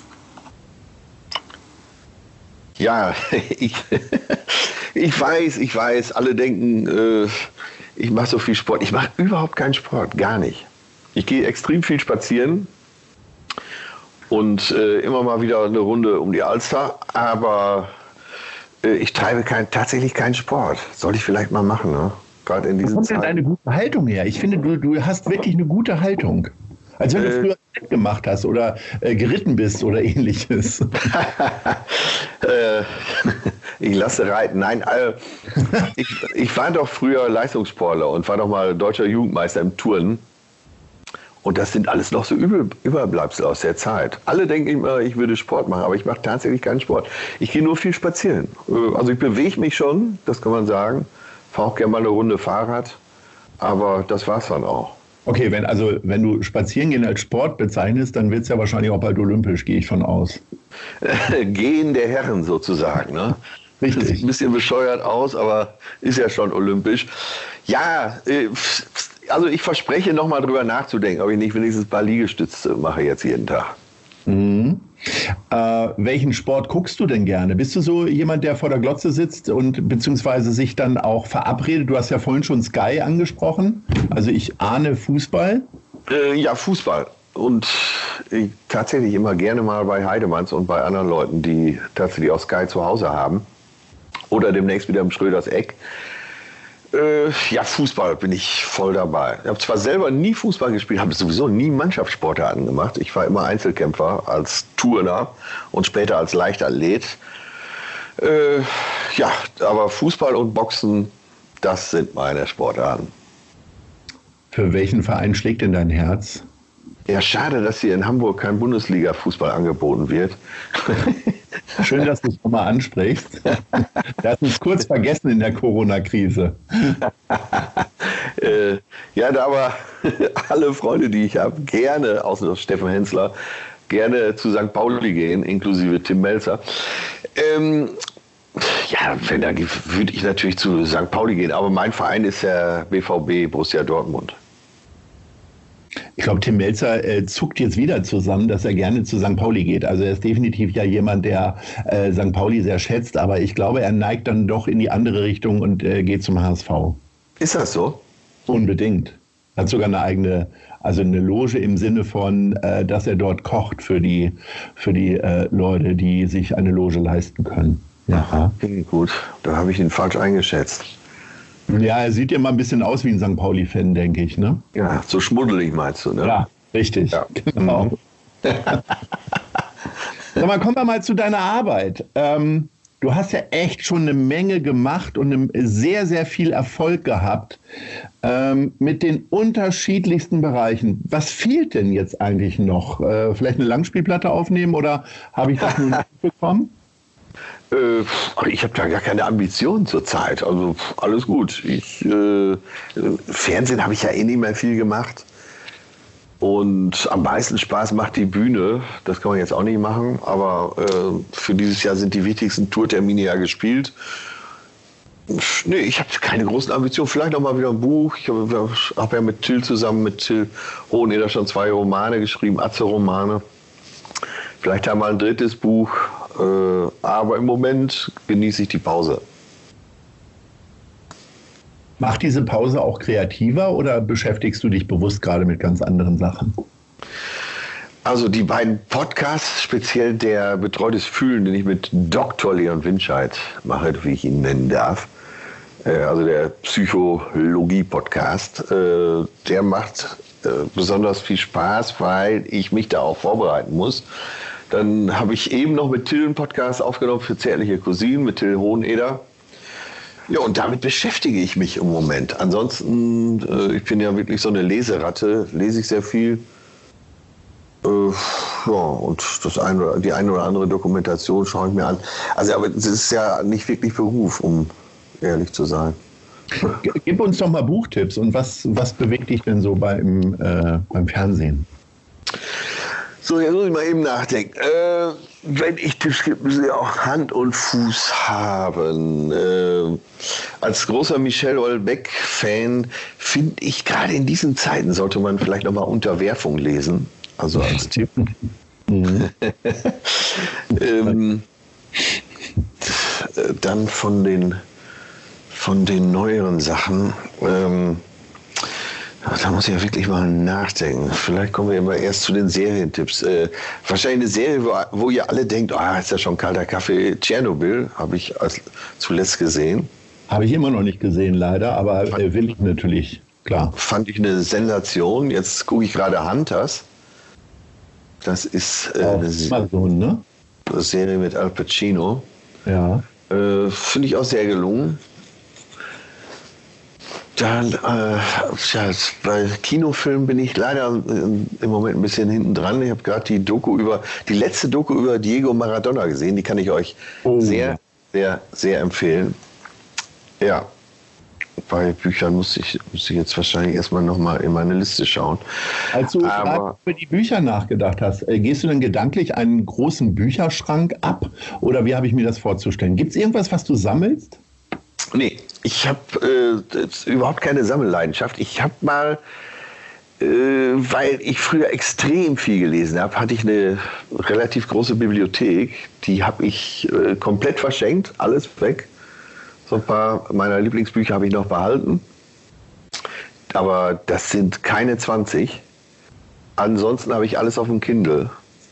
Ja, ich, ich weiß, ich weiß, alle denken, äh, ich mache so viel Sport. Ich mache überhaupt keinen Sport, gar nicht. Ich gehe extrem viel spazieren und äh, immer mal wieder eine Runde um die Alster, aber äh, ich treibe kein, tatsächlich keinen Sport. Soll ich vielleicht mal machen, ne? Gerade in Wo diesen kommt denn deine Zeiten. gute Haltung her? Ich finde, du, du hast wirklich eine gute Haltung. Als wenn du Äh. früher Sport gemacht hast oder äh, geritten bist oder ähnliches. Äh, ich lasse reiten. Nein, äh, ich, ich war doch früher Leistungssportler und war doch mal deutscher Jugendmeister im Turnen. Und das sind alles noch so Übel, Überbleibsel aus der Zeit. Alle denken immer, ich würde Sport machen, aber ich mache tatsächlich keinen Sport. Ich gehe nur viel spazieren. Äh, Also ich bewege mich schon, das kann man sagen. Fahre auch gerne mal eine Runde Fahrrad. Aber das war's dann auch. Okay, wenn, also, wenn du Spazierengehen als Sport bezeichnest, dann wird es ja wahrscheinlich auch bald olympisch, gehe ich von aus. Gehen der Herren sozusagen. Ne? Richtig. Das sieht ein bisschen bescheuert aus, aber ist ja schon olympisch. Ja, äh, also ich verspreche noch mal drüber nachzudenken, ob ich nicht wenigstens ein paar Liegestütze mache jetzt jeden Tag. Mhm. Äh, welchen Sport guckst du denn gerne? Bist du so jemand, der vor der Glotze sitzt und beziehungsweise sich dann auch verabredet? Du hast ja vorhin schon Sky angesprochen. Also ich ahne Fußball. Äh, ja, Fußball. Und ich, tatsächlich immer gerne mal bei Heidemanns und bei anderen Leuten, die tatsächlich auch Sky zu Hause haben. Oder demnächst wieder im Schröders Eck. Äh, ja, Fußball bin ich voll dabei. Ich habe zwar selber nie Fußball gespielt, habe sowieso nie Mannschaftssportarten gemacht. Ich war immer Einzelkämpfer als Turner und später als Leichtathlet. Äh, ja, aber Fußball und Boxen, das sind meine Sportarten. Für welchen Verein schlägt denn dein Herz? Ja, schade, dass hier in Hamburg kein Bundesliga-Fußball angeboten wird. Schön, dass du es nochmal ansprichst. Wir hatten es kurz vergessen in der Corona-Krise. äh, ja, da aber alle Freunde, die ich habe, gerne, außer Steffen Hensler, gerne zu Sankt Pauli gehen, inklusive Tim Melzer. Ähm, ja, wenn da würde ich natürlich zu Sankt Pauli gehen, aber mein Verein ist ja B V B, Borussia Dortmund. Ich glaube, Tim Melzer äh, zuckt jetzt wieder zusammen, dass er gerne zu Sankt Pauli geht. Also er ist definitiv ja jemand, der äh, Sankt Pauli sehr schätzt, aber ich glaube, er neigt dann doch in die andere Richtung und äh, geht zum H S V. Ist das so? Unbedingt. Hat sogar eine eigene, also eine Loge im Sinne von, äh, dass er dort kocht für die, für die äh, Leute, die sich eine Loge leisten können. Ja. Okay, gut, da habe ich ihn falsch eingeschätzt. Ja, er sieht ja mal ein bisschen aus wie ein Sankt Pauli-Fan, denke ich, ne? Ja, so schmuddelig meinst du, ne? Ja, richtig. Ja. Genau. Sag mal, kommen wir mal zu deiner Arbeit. Ähm, du hast ja echt schon eine Menge gemacht und eine, sehr, sehr viel Erfolg gehabt ähm, mit den unterschiedlichsten Bereichen. Was fehlt denn jetzt eigentlich noch? Äh, vielleicht eine Langspielplatte aufnehmen oder habe ich das nur nicht bekommen? Äh, ich habe da gar keine Ambitionen zurzeit. Also alles gut. Ich, äh, Fernsehen habe ich ja eh nicht mehr viel gemacht. Und am meisten Spaß macht die Bühne. Das kann man jetzt auch nicht machen. Aber äh, für dieses Jahr sind die wichtigsten Tourtermine ja gespielt. Nee, ich habe keine großen Ambitionen. Vielleicht noch mal wieder ein Buch. Ich habe hab ja mit Till zusammen, mit Till Hoheneder schon zwei Romane geschrieben, Atze-Romane. Vielleicht einmal ein drittes Buch. Äh, aber im Moment genieße ich die Pause. Macht diese Pause auch kreativer oder beschäftigst du dich bewusst gerade mit ganz anderen Sachen? Also die beiden Podcasts, speziell der Betreutes Fühlen, den ich mit Doktor Leon Winscheid mache, wie ich ihn nennen darf, äh, also der Psychologie-Podcast, äh, der macht äh, besonders viel Spaß, weil ich mich da auch vorbereiten muss. Dann habe ich eben noch mit Till einen Podcast aufgenommen für Zärtliche Cousinen mit Till Hoheneder. Ja, und damit beschäftige ich mich im Moment. Ansonsten, äh, ich bin ja wirklich so eine Leseratte, lese ich sehr viel. Äh, ja, und das eine, die eine oder andere Dokumentation schaue ich mir an. Also, aber es ist ja nicht wirklich Beruf, um ehrlich zu sein. Gib uns doch mal Buchtipps und was, was bewegt dich denn so beim, äh, beim Fernsehen? So, jetzt muss ich mal eben nachdenken. Äh, wenn ich Tipps gebe, müssen sie auch Hand und Fuß haben. Äh, als großer Michel Houellebecq-Fan finde ich, gerade in diesen Zeiten sollte man vielleicht nochmal Unterwerfung lesen. Also als Tipp. Mhm. ähm, dann von den, von den neueren Sachen. Ähm, Da muss ich ja wirklich mal nachdenken. Vielleicht kommen wir immer erst zu den Serientipps. Äh, wahrscheinlich eine Serie, wo, wo ihr alle denkt, ah, oh, ist ja schon kalter Kaffee. Tschernobyl habe ich als, zuletzt gesehen. Habe ich immer noch nicht gesehen, leider, aber äh, will ich natürlich, klar. Fand ich eine Sensation. Jetzt gucke ich gerade Hunters. Das ist äh, eine Amazon, ne? Serie mit Al Pacino. Ja. Äh, Finde ich auch sehr gelungen. Dann, äh, ja, bei Kinofilmen bin ich leider im Moment ein bisschen hinten dran. Ich habe gerade die Doku über, die letzte Doku über Diego Maradona gesehen. Die kann ich euch oh. sehr, sehr, sehr empfehlen. Ja, bei Büchern muss ich, muss ich jetzt wahrscheinlich erstmal nochmal in meine Liste schauen. Als du Aber, über die Bücher nachgedacht hast, gehst du denn gedanklich einen großen Bücherschrank ab? Oder wie habe ich mir das vorzustellen? Gibt es irgendwas, was du sammelst? Nee, ich habe äh, überhaupt keine Sammelleidenschaft. Ich habe mal, äh, weil ich früher extrem viel gelesen habe, hatte ich eine relativ große Bibliothek. Die habe ich äh, komplett verschenkt, alles weg. So ein paar meiner Lieblingsbücher habe ich noch behalten. Aber das sind keine zwanzig. Ansonsten habe ich alles auf dem Kindle.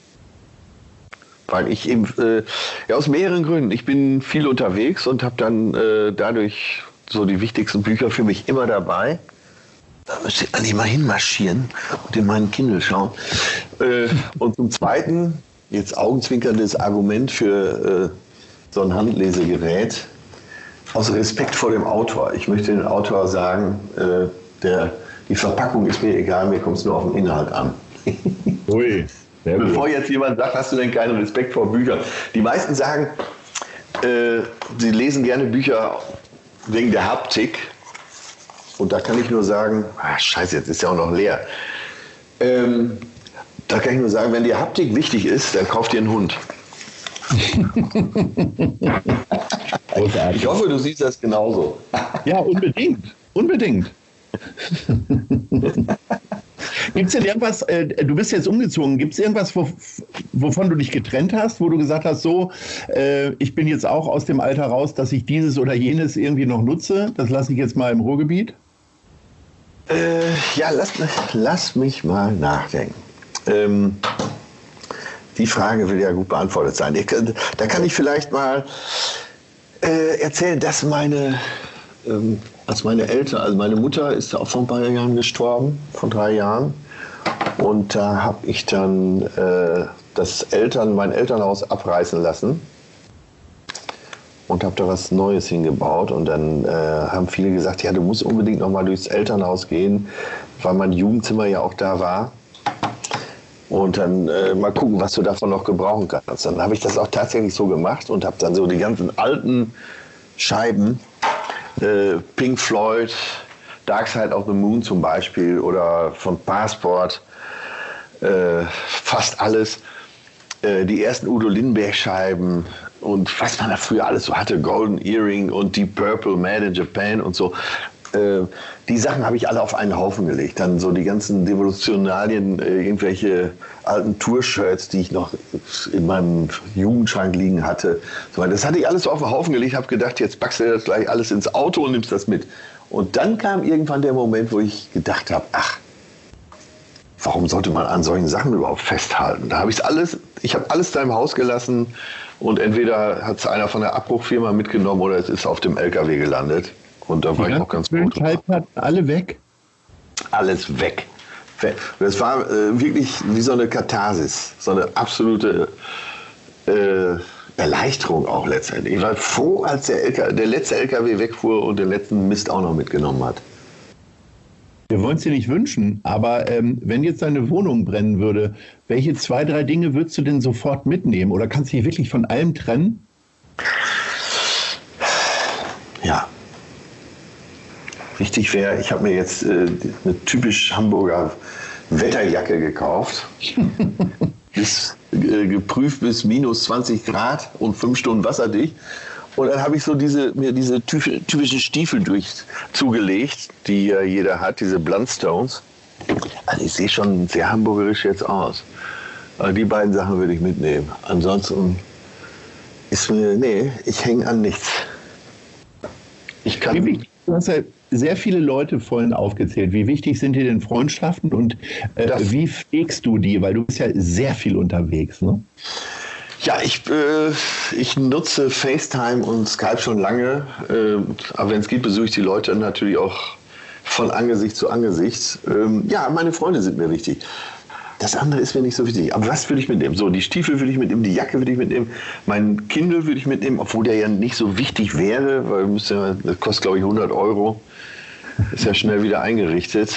Weil ich eben, äh, ja, aus mehreren Gründen, ich bin viel unterwegs und habe dann äh, dadurch so die wichtigsten Bücher für mich immer dabei. Da müsste ich eigentlich mal hinmarschieren und in meinen Kindle schauen. Äh, und zum Zweiten, jetzt augenzwinkerndes Argument für äh, so ein Handlesegerät, aus Respekt vor dem Autor. Ich möchte den Autor sagen, äh, der, die Verpackung ist mir egal, mir kommt es nur auf den Inhalt an. Ui. Bevor jetzt jemand sagt, hast du denn keinen Respekt vor Büchern? Die meisten sagen, äh, sie lesen gerne Bücher wegen der Haptik. Und da kann ich nur sagen, ah, scheiße, jetzt ist ja auch noch leer. Ähm, Da kann ich nur sagen, wenn dir Haptik wichtig ist, dann kauf dir einen Hund. Ich hoffe, du siehst das genauso. Ja, unbedingt. Unbedingt. Gibt es denn irgendwas, äh, du bist jetzt umgezogen, gibt es irgendwas, wo, wovon du dich getrennt hast, wo du gesagt hast, so, äh, ich bin jetzt auch aus dem Alter raus, dass ich dieses oder jenes irgendwie noch nutze, das lasse ich jetzt mal im Ruhrgebiet? Äh, ja, lass, lass mich mal nachdenken. Ähm, die Frage will ja gut beantwortet sein. Ich, da kann ich vielleicht mal äh, erzählen, dass meine... Ähm, als meine Eltern, also meine Mutter ist auch vor ein paar Jahren gestorben, vor drei Jahren. Und da habe ich dann äh, das Eltern, mein Elternhaus abreißen lassen und habe da was Neues hingebaut. Und dann äh, haben viele gesagt, ja, du musst unbedingt noch mal durchs Elternhaus gehen, weil mein Jugendzimmer ja auch da war. Und dann äh, mal gucken, was du davon noch gebrauchen kannst. Dann habe ich das auch tatsächlich so gemacht und habe dann so die ganzen alten Scheiben, Pink Floyd, Dark Side of the Moon zum Beispiel oder von Passport, äh, fast alles. Äh, die ersten Udo Lindenberg-Scheiben und was man da früher alles so hatte, Golden Earring und Deep Purple, Made in Japan und so. Äh, die Sachen habe ich alle auf einen Haufen gelegt. Dann so die ganzen Devolutionalien, äh, irgendwelche alten Tour-Shirts, die ich noch in meinem Jugendschrank liegen hatte. So, das hatte ich alles so auf den Haufen gelegt, habe gedacht, jetzt packst du das gleich alles ins Auto und nimmst das mit. Und dann kam irgendwann der Moment, wo ich gedacht habe, ach, warum sollte man an solchen Sachen überhaupt festhalten? Da habe ich alles, ich habe alles da im Haus gelassen und entweder hat es einer von der Abbruchfirma mitgenommen oder es ist auf dem L K W gelandet. Und da war ich auch ganz gut. Alle weg? Alles weg. Das war äh, wirklich wie so eine Katharsis, so eine absolute äh, Erleichterung auch letztendlich. Ich war froh, als der, L K W, der letzte L K W wegfuhr und den letzten Mist auch noch mitgenommen hat. Wir wollen es dir nicht wünschen, aber ähm, wenn jetzt deine Wohnung brennen würde, welche zwei, drei Dinge würdest du denn sofort mitnehmen? Oder kannst du dich wirklich von allem trennen? Ja. Wichtig wäre, ich habe mir jetzt äh, eine typisch Hamburger Wetterjacke gekauft. Ist äh, geprüft bis minus zwanzig Grad und fünf Stunden wasserdicht. Und dann habe ich so diese, mir diese typischen Stiefel durch zugelegt, die ja jeder hat, diese Blundstones. Also ich sehe schon sehr hamburgerisch jetzt aus. Aber die beiden Sachen würde ich mitnehmen. Ansonsten ist mir, nee, ich hänge an nichts. Ich kann... Du hast ja sehr viele Leute vorhin aufgezählt. Wie wichtig sind dir denn Freundschaften und äh, wie pflegst du die? Weil du bist ja sehr viel unterwegs, ne? Ja, ich, äh, ich nutze FaceTime und Skype schon lange. Äh, aber wenn es geht, besuche ich die Leute natürlich auch von Angesicht zu Angesicht. Ähm, ja, meine Freunde sind mir wichtig. Das andere ist mir nicht so wichtig. Aber was würde ich mitnehmen? So, die Stiefel würde ich mitnehmen, die Jacke würde ich mitnehmen, mein Kindle würde ich mitnehmen, obwohl der ja nicht so wichtig wäre, weil müsste, das kostet, glaube ich, hundert Euro. Ist ja schnell wieder eingerichtet.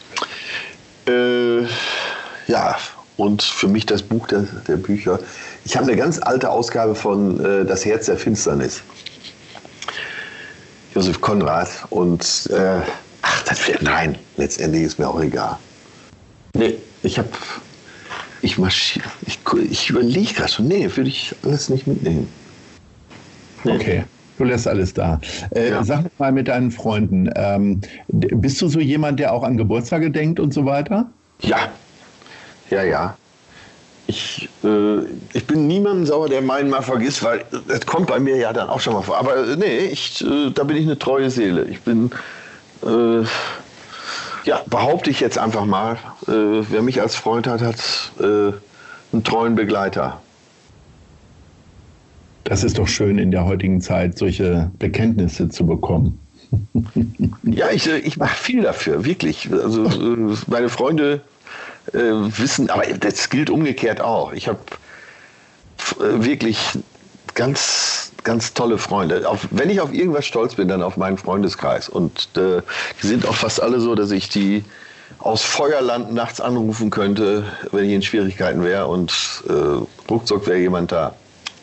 Äh, ja, und für mich das Buch der, der Bücher. Ich habe eine ganz alte Ausgabe von äh, Das Herz der Finsternis. Josef Konrad. Und, äh, ach, das wäre, nein, letztendlich ist mir auch egal. Nee, ich habe, ich marschiere, ich, ich überlege gerade schon, nee, würde ich alles nicht mitnehmen. Nee. Okay. Du lässt alles da. Äh, ja. Sag mal mit deinen Freunden, ähm, bist du so jemand, der auch an Geburtstage denkt und so weiter? Ja, ja, ja. Ich, äh, ich bin niemandem sauer, der meinen mal vergisst, weil das kommt bei mir ja dann auch schon mal vor. Aber äh, nee, ich, äh, da bin ich eine treue Seele. Ich bin, äh, ja, behaupte ich jetzt einfach mal, äh, wer mich als Freund hat, hat äh, einen treuen Begleiter. Das ist doch schön in der heutigen Zeit, solche Bekenntnisse zu bekommen. Ja, ich, ich mache viel dafür, wirklich. Also meine Freunde äh, wissen, aber das gilt umgekehrt auch. Ich habe äh, wirklich ganz, ganz tolle Freunde. Auf, wenn ich auf irgendwas stolz bin, dann auf meinen Freundeskreis. Und äh, die sind auch fast alle so, dass ich die aus Feuerland nachts anrufen könnte, wenn ich in Schwierigkeiten wäre. Und äh, ruckzuck wäre jemand da.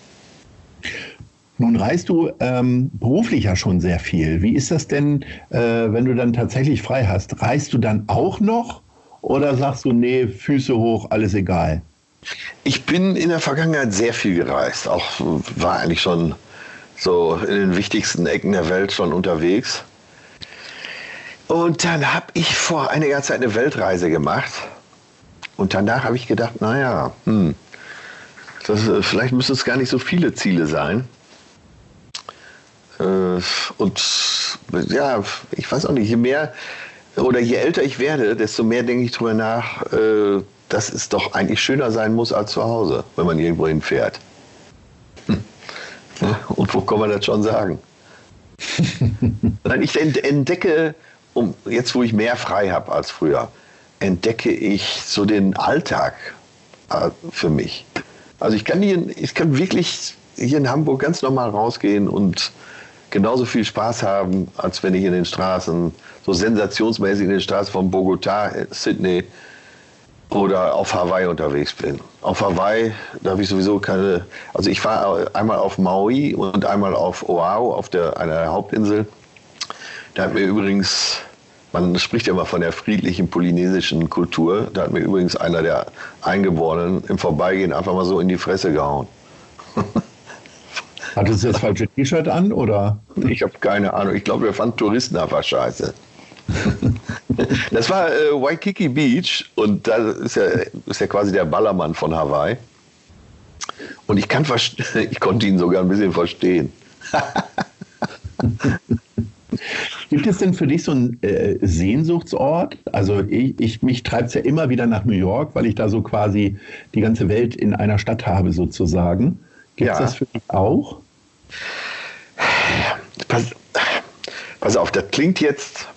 Nun reist du ähm, beruflich ja schon sehr viel. Wie ist das denn, äh, wenn du dann tatsächlich frei hast? Reist du dann auch noch Oder sagst du, nee, Füße hoch, alles egal? Ich bin in der Vergangenheit sehr viel gereist. Auch war eigentlich schon so in den wichtigsten Ecken der Welt schon unterwegs. Und dann habe ich vor einiger Zeit eine Weltreise gemacht. Und danach habe ich gedacht, naja, hm, das, vielleicht müssen es gar nicht so viele Ziele sein. Äh, und ja, ich weiß auch nicht, je mehr oder je älter ich werde, desto mehr denke ich drüber nach, äh, dass es doch eigentlich schöner sein muss als zu Hause, wenn man irgendwo hinfährt. Hm. Ja, und wo kann man das schon sagen? Ich entdecke, um, jetzt wo ich mehr frei habe als früher, entdecke ich so den Alltag äh, für mich. Also ich kann, hier, ich kann wirklich hier in Hamburg ganz normal rausgehen und genauso viel Spaß haben, als wenn ich in den Straßen, so sensationsmäßig in den Straßen von Bogotá, Sydney oder auf Hawaii unterwegs bin. Auf Hawaii, da habe ich sowieso keine, also ich war einmal auf Maui und einmal auf Oahu, auf der, einer der Hauptinsel. Da hat mir übrigens, man spricht ja immer von der friedlichen polynesischen Kultur, da hat mir übrigens einer der Eingeborenen im Vorbeigehen einfach mal so in die Fresse gehauen. Hattest du das falsche T-Shirt an, oder? Ich habe keine Ahnung. Ich glaube, er fand Touristen einfach scheiße. Das war äh, Waikiki Beach und da ist ja, ist ja quasi der Ballermann von Hawaii. Und ich, kann ich konnte ihn sogar ein bisschen verstehen. Gibt es denn für dich so einen äh, Sehnsuchtsort? Also ich, ich mich treibt es ja immer wieder nach New York, weil ich da so quasi die ganze Welt in einer Stadt habe sozusagen. Gibt es Ja. das für dich auch? Pass, pass auf, das klingt jetzt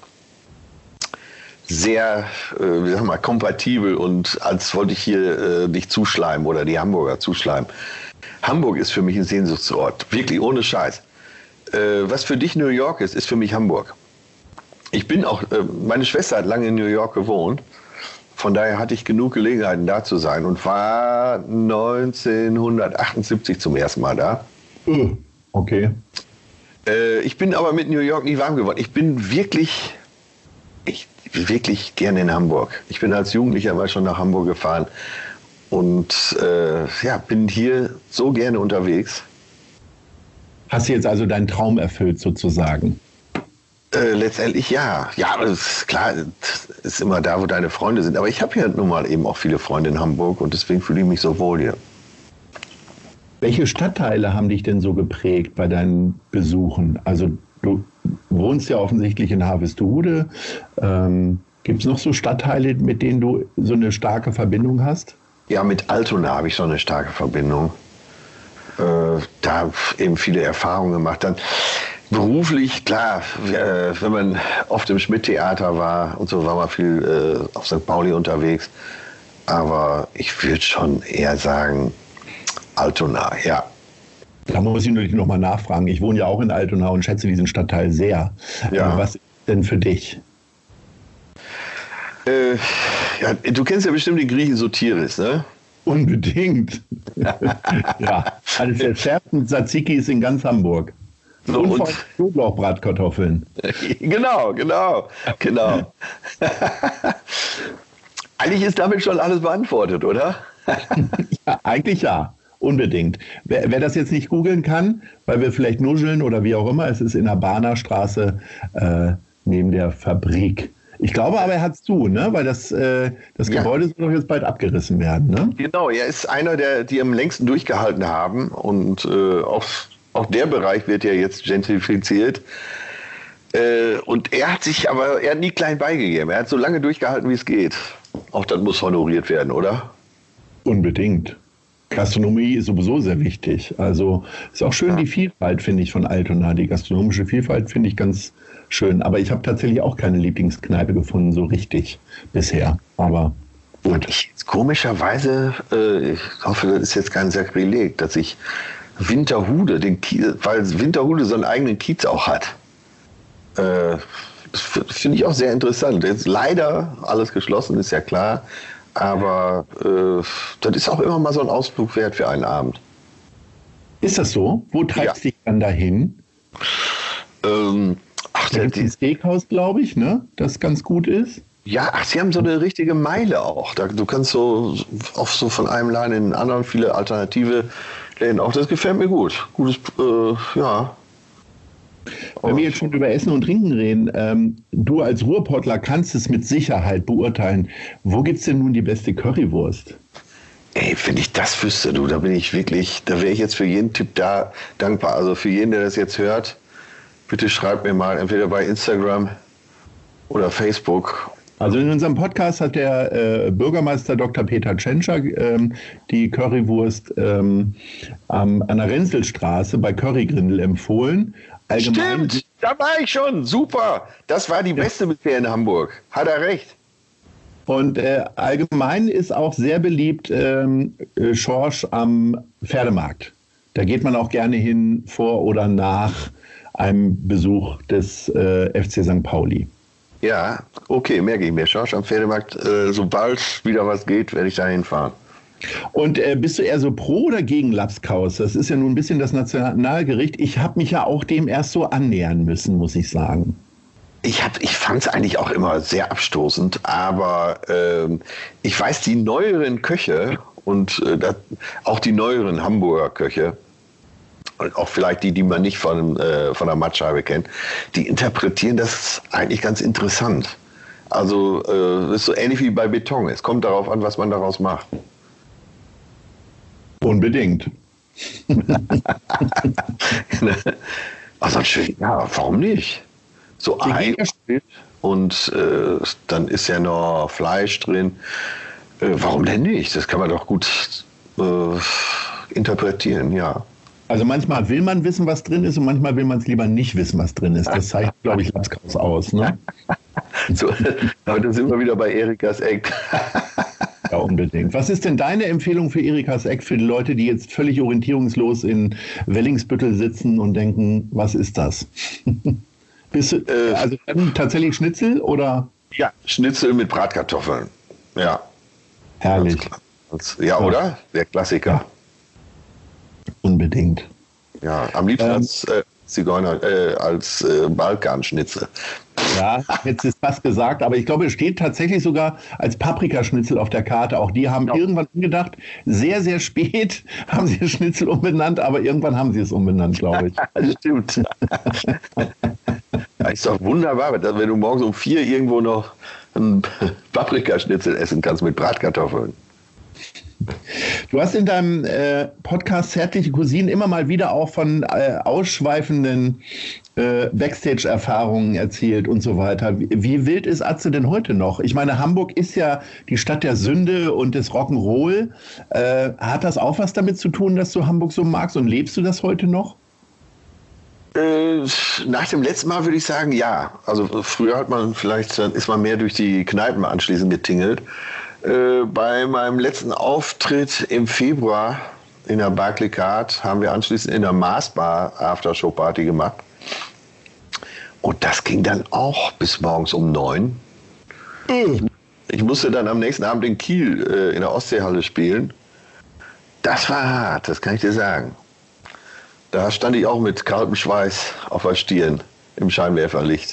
sehr, äh, wie sag mal, kompatibel und als wollte ich hier äh, dich zuschleimen oder die Hamburger zuschleimen. Hamburg ist für mich ein Sehnsuchtsort, wirklich ohne Scheiß. Äh, was für dich New York ist, ist für mich Hamburg. Ich bin auch, äh, meine Schwester hat lange in New York gewohnt, von daher hatte ich genug Gelegenheiten da zu sein und war neunzehnhundertachtundsiebzig zum ersten Mal da. Uh, okay. Äh, ich bin aber mit New York nie warm geworden. Ich bin wirklich, ich bin wirklich gerne in Hamburg. Ich bin als Jugendlicher mal schon nach Hamburg gefahren und äh, ja, bin hier so gerne unterwegs. Hast du jetzt also deinen Traum erfüllt sozusagen? Äh, letztendlich ja. Ja, aber das ist klar, das ist immer da, wo deine Freunde sind. Aber ich habe ja nun mal eben auch viele Freunde in Hamburg und deswegen fühle ich mich so wohl hier. Welche Stadtteile haben dich denn so geprägt bei deinen Besuchen? Also du wohnst ja offensichtlich in Harvestehude. Ähm, Gibt es noch so Stadtteile, mit denen du so eine starke Verbindung hast? Ja, mit Altona habe ich schon eine starke Verbindung. Äh, da eben viele Erfahrungen gemacht. Dann beruflich, klar, äh, wenn man oft im Schmidt-Theater war und so, war man viel äh, auf Sankt Pauli unterwegs. Aber ich würde schon eher sagen, Altona, ja. Da muss ich natürlich noch mal nachfragen. Ich wohne ja auch in Altona und schätze diesen Stadtteil sehr. Ja. Was ist denn für dich? Äh, ja, du kennst ja bestimmt den Griechen Sotiris, ne? Unbedingt. Ja, eines der schärfsten Tzatziki's in ganz Hamburg. So, und und- vor allem Knoblauchbratkartoffeln. Genau, genau, genau. Eigentlich ist damit schon alles beantwortet, oder? Ja, eigentlich ja, unbedingt. Wer, wer das jetzt nicht googeln kann, weil wir vielleicht nuscheln oder wie auch immer, es ist in der Bahner Straße äh, neben der Fabrik. Ich glaube aber, er hat es zu, ne? Weil das, äh, das Ja. Gebäude soll doch jetzt bald abgerissen werden. Ne? Genau, er ist einer, der die am längsten durchgehalten haben. Und äh, auch, auch der Bereich wird ja jetzt gentrifiziert. Äh, und er hat sich aber, er hat nie klein beigegeben. Er hat so lange durchgehalten, wie es geht. Auch das muss honoriert werden, oder? Unbedingt. Gastronomie ist sowieso sehr wichtig. Also ist auch schön Ja. die Vielfalt, finde ich, von Altona. Die gastronomische Vielfalt finde ich ganz schön. Aber ich habe tatsächlich auch keine Lieblingskneipe gefunden, so richtig bisher. Aber gut. Ich, komischerweise, äh, ich hoffe, das ist jetzt kein Sakrileg, dass ich Winterhude, den Kiez, weil Winterhude so einen eigenen Kiez auch hat. Äh, das finde ich auch sehr interessant. Jetzt leider alles geschlossen, ist ja klar. Aber äh, das ist auch immer mal so ein Ausflug wert für einen Abend. Ist das so? Wo treibst du dich dann dahin? Ähm, ach, Da der, gibt es ein die, Steakhouse, glaube ich, ne? Das ganz gut ist. Ja, ach, sie haben so eine richtige Meile auch. Da, du kannst so auf so von einem Laden in den anderen viele alternative Läden auch. Das gefällt mir gut. Gutes, äh, ja. Wenn wir jetzt schon über Essen und Trinken reden, ähm, du als Ruhrpottler kannst es mit Sicherheit beurteilen. Wo gibt's denn nun die beste Currywurst? Ey, wenn ich das wüsste, du, da bin ich wirklich, da wäre ich jetzt für jeden Tipp da dankbar. Also für jeden, der das jetzt hört, bitte schreibt mir mal, entweder bei Instagram oder Facebook. Also in unserem Podcast hat der äh, Bürgermeister Doktor Peter Tschentscher ähm, die Currywurst ähm, am, an der Renzelstraße bei Currygrindel empfohlen. Allgemein, stimmt, da war ich schon, super. Das war die beste bisher in Hamburg. Hat er recht. Und äh, allgemein ist auch sehr beliebt ähm, äh, Schorsch am Pferdemarkt. Da geht man auch gerne hin vor oder nach einem Besuch des äh, F C Sankt Pauli. Ja, okay, merke ich mir. Schorsch am Pferdemarkt, äh, sobald wieder was geht, werde ich da hinfahren. Und äh, bist du eher so pro oder gegen Labskaus? Das ist ja nun ein bisschen das Nationalgericht. Ich habe mich ja auch dem erst so annähern müssen, muss ich sagen. Ich, hab, ich fand es eigentlich auch immer sehr abstoßend, aber ähm, ich weiß, die neueren Köche und äh, das, auch die neueren Hamburger Köche, und auch vielleicht die, die man nicht von, äh, von der Mattscheibe kennt, die interpretieren das eigentlich ganz interessant. Also äh, das ist so ähnlich wie bei Beton. Es kommt darauf an, was man daraus macht. Unbedingt. Also schön, ja, warum nicht? So Ei und äh, dann ist ja noch Fleisch drin. Äh, warum denn nicht? Das kann man doch gut äh, interpretieren, ja. Also manchmal will man wissen, was drin ist und manchmal will man es lieber nicht wissen, was drin ist. Das zeigt, glaube ich, Labskaus aus. Ne? So, heute sind wir wieder bei Erikas Eck. Ja, unbedingt. Was ist denn deine Empfehlung für Erikas Eck, für die Leute, die jetzt völlig orientierungslos in Wellingsbüttel sitzen und denken, was ist das? Bist du, äh, also tatsächlich Schnitzel oder? Ja, Schnitzel mit Bratkartoffeln. Ja. Herrlich. Ja, ja, oder? Der Klassiker. Ja. Unbedingt. Ja, am liebsten ähm, als äh, Zigeuner, äh, als äh, Balkanschnitzel. Ja, jetzt ist fast gesagt, aber ich glaube, es steht tatsächlich sogar als Paprikaschnitzel auf der Karte. Auch die haben ja. irgendwann umgedacht, sehr, sehr spät haben sie das Schnitzel umbenannt, aber irgendwann haben sie es umbenannt, glaube ich. Das stimmt. Ja, ist doch wunderbar, wenn du morgens um vier irgendwo noch einen Paprikaschnitzel essen kannst mit Bratkartoffeln. Du hast in deinem äh, Podcast Zärtliche Cousinen immer mal wieder auch von äh, ausschweifenden äh, Backstage-Erfahrungen erzählt und so weiter. Wie, wie wild ist Atze denn heute noch? Ich meine, Hamburg ist ja die Stadt der Sünde und des Rock'n'Roll. Äh, hat das auch was damit zu tun, dass du Hamburg so magst und lebst du das heute noch? Äh, nach dem letzten Mal würde ich sagen, ja. Also früher hat man vielleicht, ist man mehr durch die Kneipen anschließend getingelt. Äh, bei meinem letzten Auftritt im Februar in der Barclaycard haben wir anschließend in der Marsbar Aftershow-Party gemacht. Und das ging dann auch bis morgens um neun. Mhm. Ich musste dann am nächsten Abend in Kiel äh, in der Ostseehalle spielen. Das war hart, das kann ich dir sagen. Da stand ich auch mit kaltem Schweiß auf der Stirn im Scheinwerferlicht.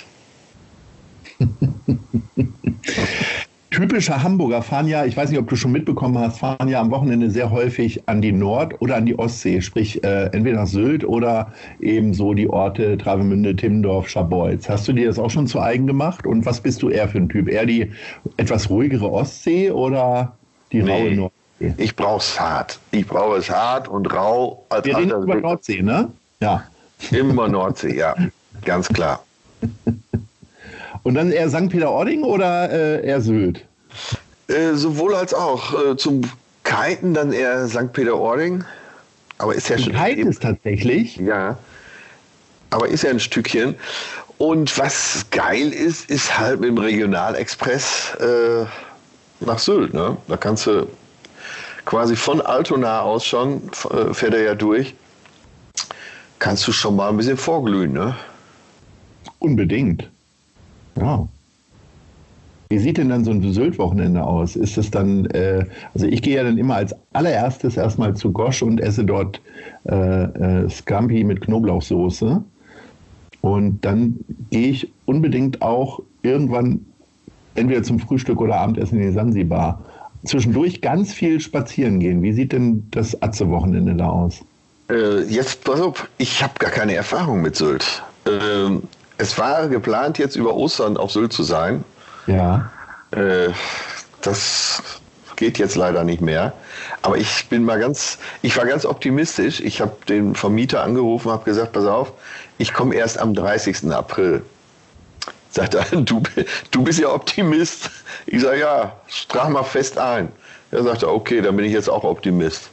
Typische Hamburger fahren ja, ich weiß nicht, ob du schon mitbekommen hast, fahren ja am Wochenende sehr häufig an die Nord- oder an die Ostsee, sprich äh, entweder nach Sylt oder eben so die Orte Travemünde, Timmendorf, Scharbeutz. Hast du dir das auch schon zu eigen gemacht? Und was bist du eher für ein Typ? Eher die etwas ruhigere Ostsee oder die nee, raue Nordsee? Ich brauche es hart. Ich brauche es hart und rau. Als Wir reden über Nordsee, ne? Ja. Immer Nordsee, ja. Ganz klar. Und dann eher Sankt Peter-Ording oder äh, eher Sylt? Äh, sowohl als auch. Äh, zum Kiten dann eher Sankt Peter-Ording. Aber ist ja schon. Kiten ist tatsächlich? Ja. Aber ist ja ein Stückchen. Und was geil ist, ist halt mit dem Regionalexpress äh, nach Sylt. Ne? Da kannst du quasi von Altona aus schon, äh, fährt er ja durch, kannst du schon mal ein bisschen vorglühen. Ne? Unbedingt. Ja. Wie sieht denn dann so ein Sylt-Wochenende aus? Ist es dann, äh, also ich gehe ja dann immer als allererstes erstmal zu Gosch und esse dort äh, äh, Scampi mit Knoblauchsoße. Und dann gehe ich unbedingt auch irgendwann entweder zum Frühstück oder Abendessen in die Sansibar. Zwischendurch ganz viel spazieren gehen. Wie sieht denn das Atze-Wochenende da aus? Äh, jetzt, pass auf, ich habe gar keine Erfahrung mit Sylt. Ähm, es war geplant, jetzt über Ostern auf Sylt zu sein. Ja. Äh, das geht jetzt leider nicht mehr. Aber ich bin mal ganz, ich war ganz optimistisch. Ich habe den Vermieter angerufen, habe gesagt, pass auf, ich komme erst am dreißigsten April. Sagt er, du, du bist ja Optimist. Ich sage, ja, trag mal fest ein. Er sagte, okay, dann bin ich jetzt auch Optimist.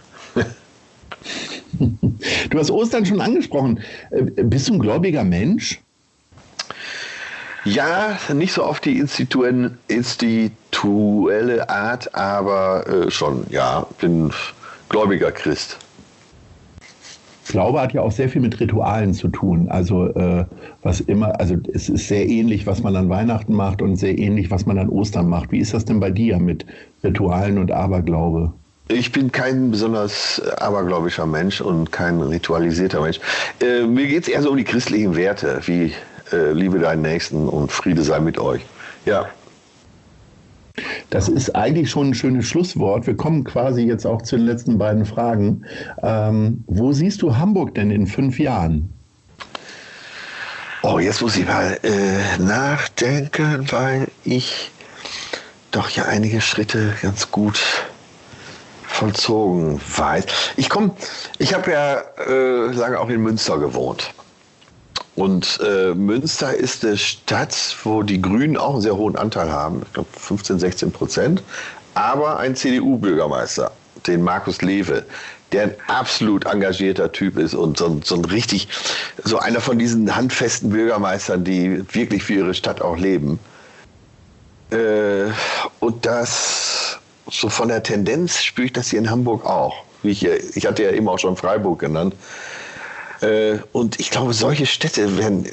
Du hast Ostern schon angesprochen. Bist du ein gläubiger Mensch? Ja, nicht so auf die instituelle Art, aber äh, schon, ja, bin gläubiger Christ. Glaube hat ja auch sehr viel mit Ritualen zu tun. Also äh, was immer, also es ist sehr ähnlich, was man an Weihnachten macht und sehr ähnlich, was man an Ostern macht. Wie ist das denn bei dir mit Ritualen und Aberglaube? Ich bin kein besonders abergläubischer Mensch und kein ritualisierter Mensch. Äh, mir geht es eher so um die christlichen Werte, wie äh, Liebe deinen Nächsten und Friede sei mit euch. Ja. Das ist eigentlich schon ein schönes Schlusswort. Wir kommen quasi jetzt auch zu den letzten beiden Fragen. Ähm, wo siehst du Hamburg denn in fünf Jahren? Oh, jetzt muss ich mal äh, nachdenken, weil ich doch ja einige Schritte ganz gut vollzogen weiß. Ich komme, ich habe ja äh, lange auch in Münster gewohnt. Und äh, Münster ist eine Stadt, wo die Grünen auch einen sehr hohen Anteil haben, ich glaube fünfzehn, sechzehn Prozent, aber ein C D U-Bürgermeister, den Markus Lewe, der ein absolut engagierter Typ ist und so, so ein richtig, so einer von diesen handfesten Bürgermeistern, die wirklich für ihre Stadt auch leben. Äh, und das, so von der Tendenz spüre ich das hier in Hamburg auch. Wie ich, ich hatte ja eben auch schon Freiburg genannt. Und ich glaube, solche Städte werden,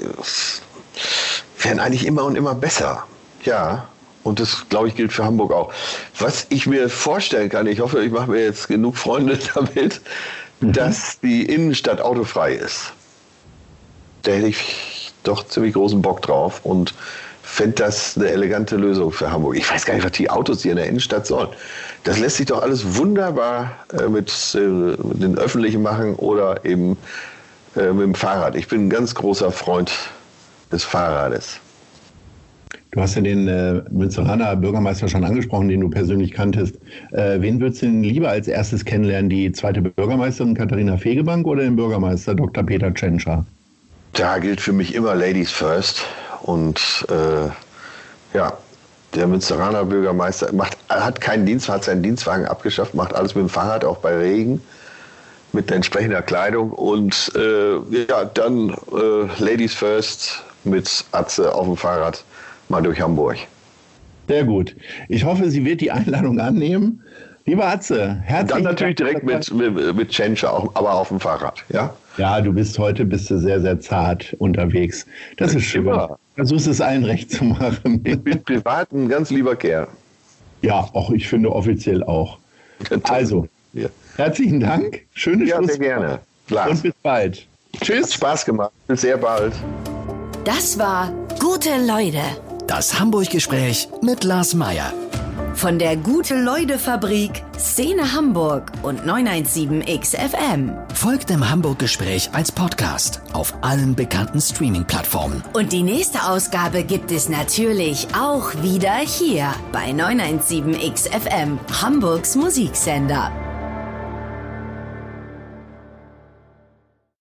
werden eigentlich immer und immer besser. Ja, und das, glaube ich, gilt für Hamburg auch. Was ich mir vorstellen kann, ich hoffe, ich mache mir jetzt genug Freunde damit, mhm. dass die Innenstadt autofrei ist. Da hätte ich doch ziemlich großen Bock drauf und fände das eine elegante Lösung für Hamburg. Ich weiß gar nicht, was die Autos hier in der Innenstadt sollen. Das lässt sich doch alles wunderbar äh, mit, äh, mit den Öffentlichen machen oder eben mit dem Fahrrad. Ich bin ein ganz großer Freund des Fahrrades. Du hast ja den äh, Münsteraner Bürgermeister schon angesprochen, den du persönlich kanntest. Äh, wen würdest du denn lieber als erstes kennenlernen? Die zweite Bürgermeisterin Katharina Fegebank oder den Bürgermeister Doktor Peter Tschentscher? Da gilt für mich immer Ladies first. Und äh, ja, der Münsteraner Bürgermeister macht, hat keinen Dienst, hat seinen Dienstwagen abgeschafft, macht alles mit dem Fahrrad, auch bei Regen, mit entsprechender Kleidung. Und äh, ja, dann äh, Ladies first mit Atze auf dem Fahrrad mal durch Hamburg. Sehr gut. Ich hoffe, sie wird die Einladung annehmen. Lieber Atze, herzlichen Dank. Dann natürlich direkt mit, mit, mit Tschentscher, aber auf dem Fahrrad, ja? Ja, du bist heute bist du sehr, sehr zart unterwegs. Das ist schön. Versuchst es allen recht zu machen. Ich bin privat ein ganz lieber Kerl. Ja, auch ich finde offiziell auch. Also, ja. Herzlichen Dank. Schönes Schluss. Ja, sehr gerne. Klar. Und bis bald. Tschüss. Hat Spaß gemacht. Bis sehr bald. Das war Gute Leute. Das Hamburg-Gespräch mit Lars Meier. Von der Gute-Leute-Fabrik, Szene Hamburg und neun eins sieben X F M. Folgt dem Hamburg-Gespräch als Podcast auf allen bekannten Streaming-Plattformen. Und die nächste Ausgabe gibt es natürlich auch wieder hier bei neun eins sieben X F M, Hamburgs Musiksender.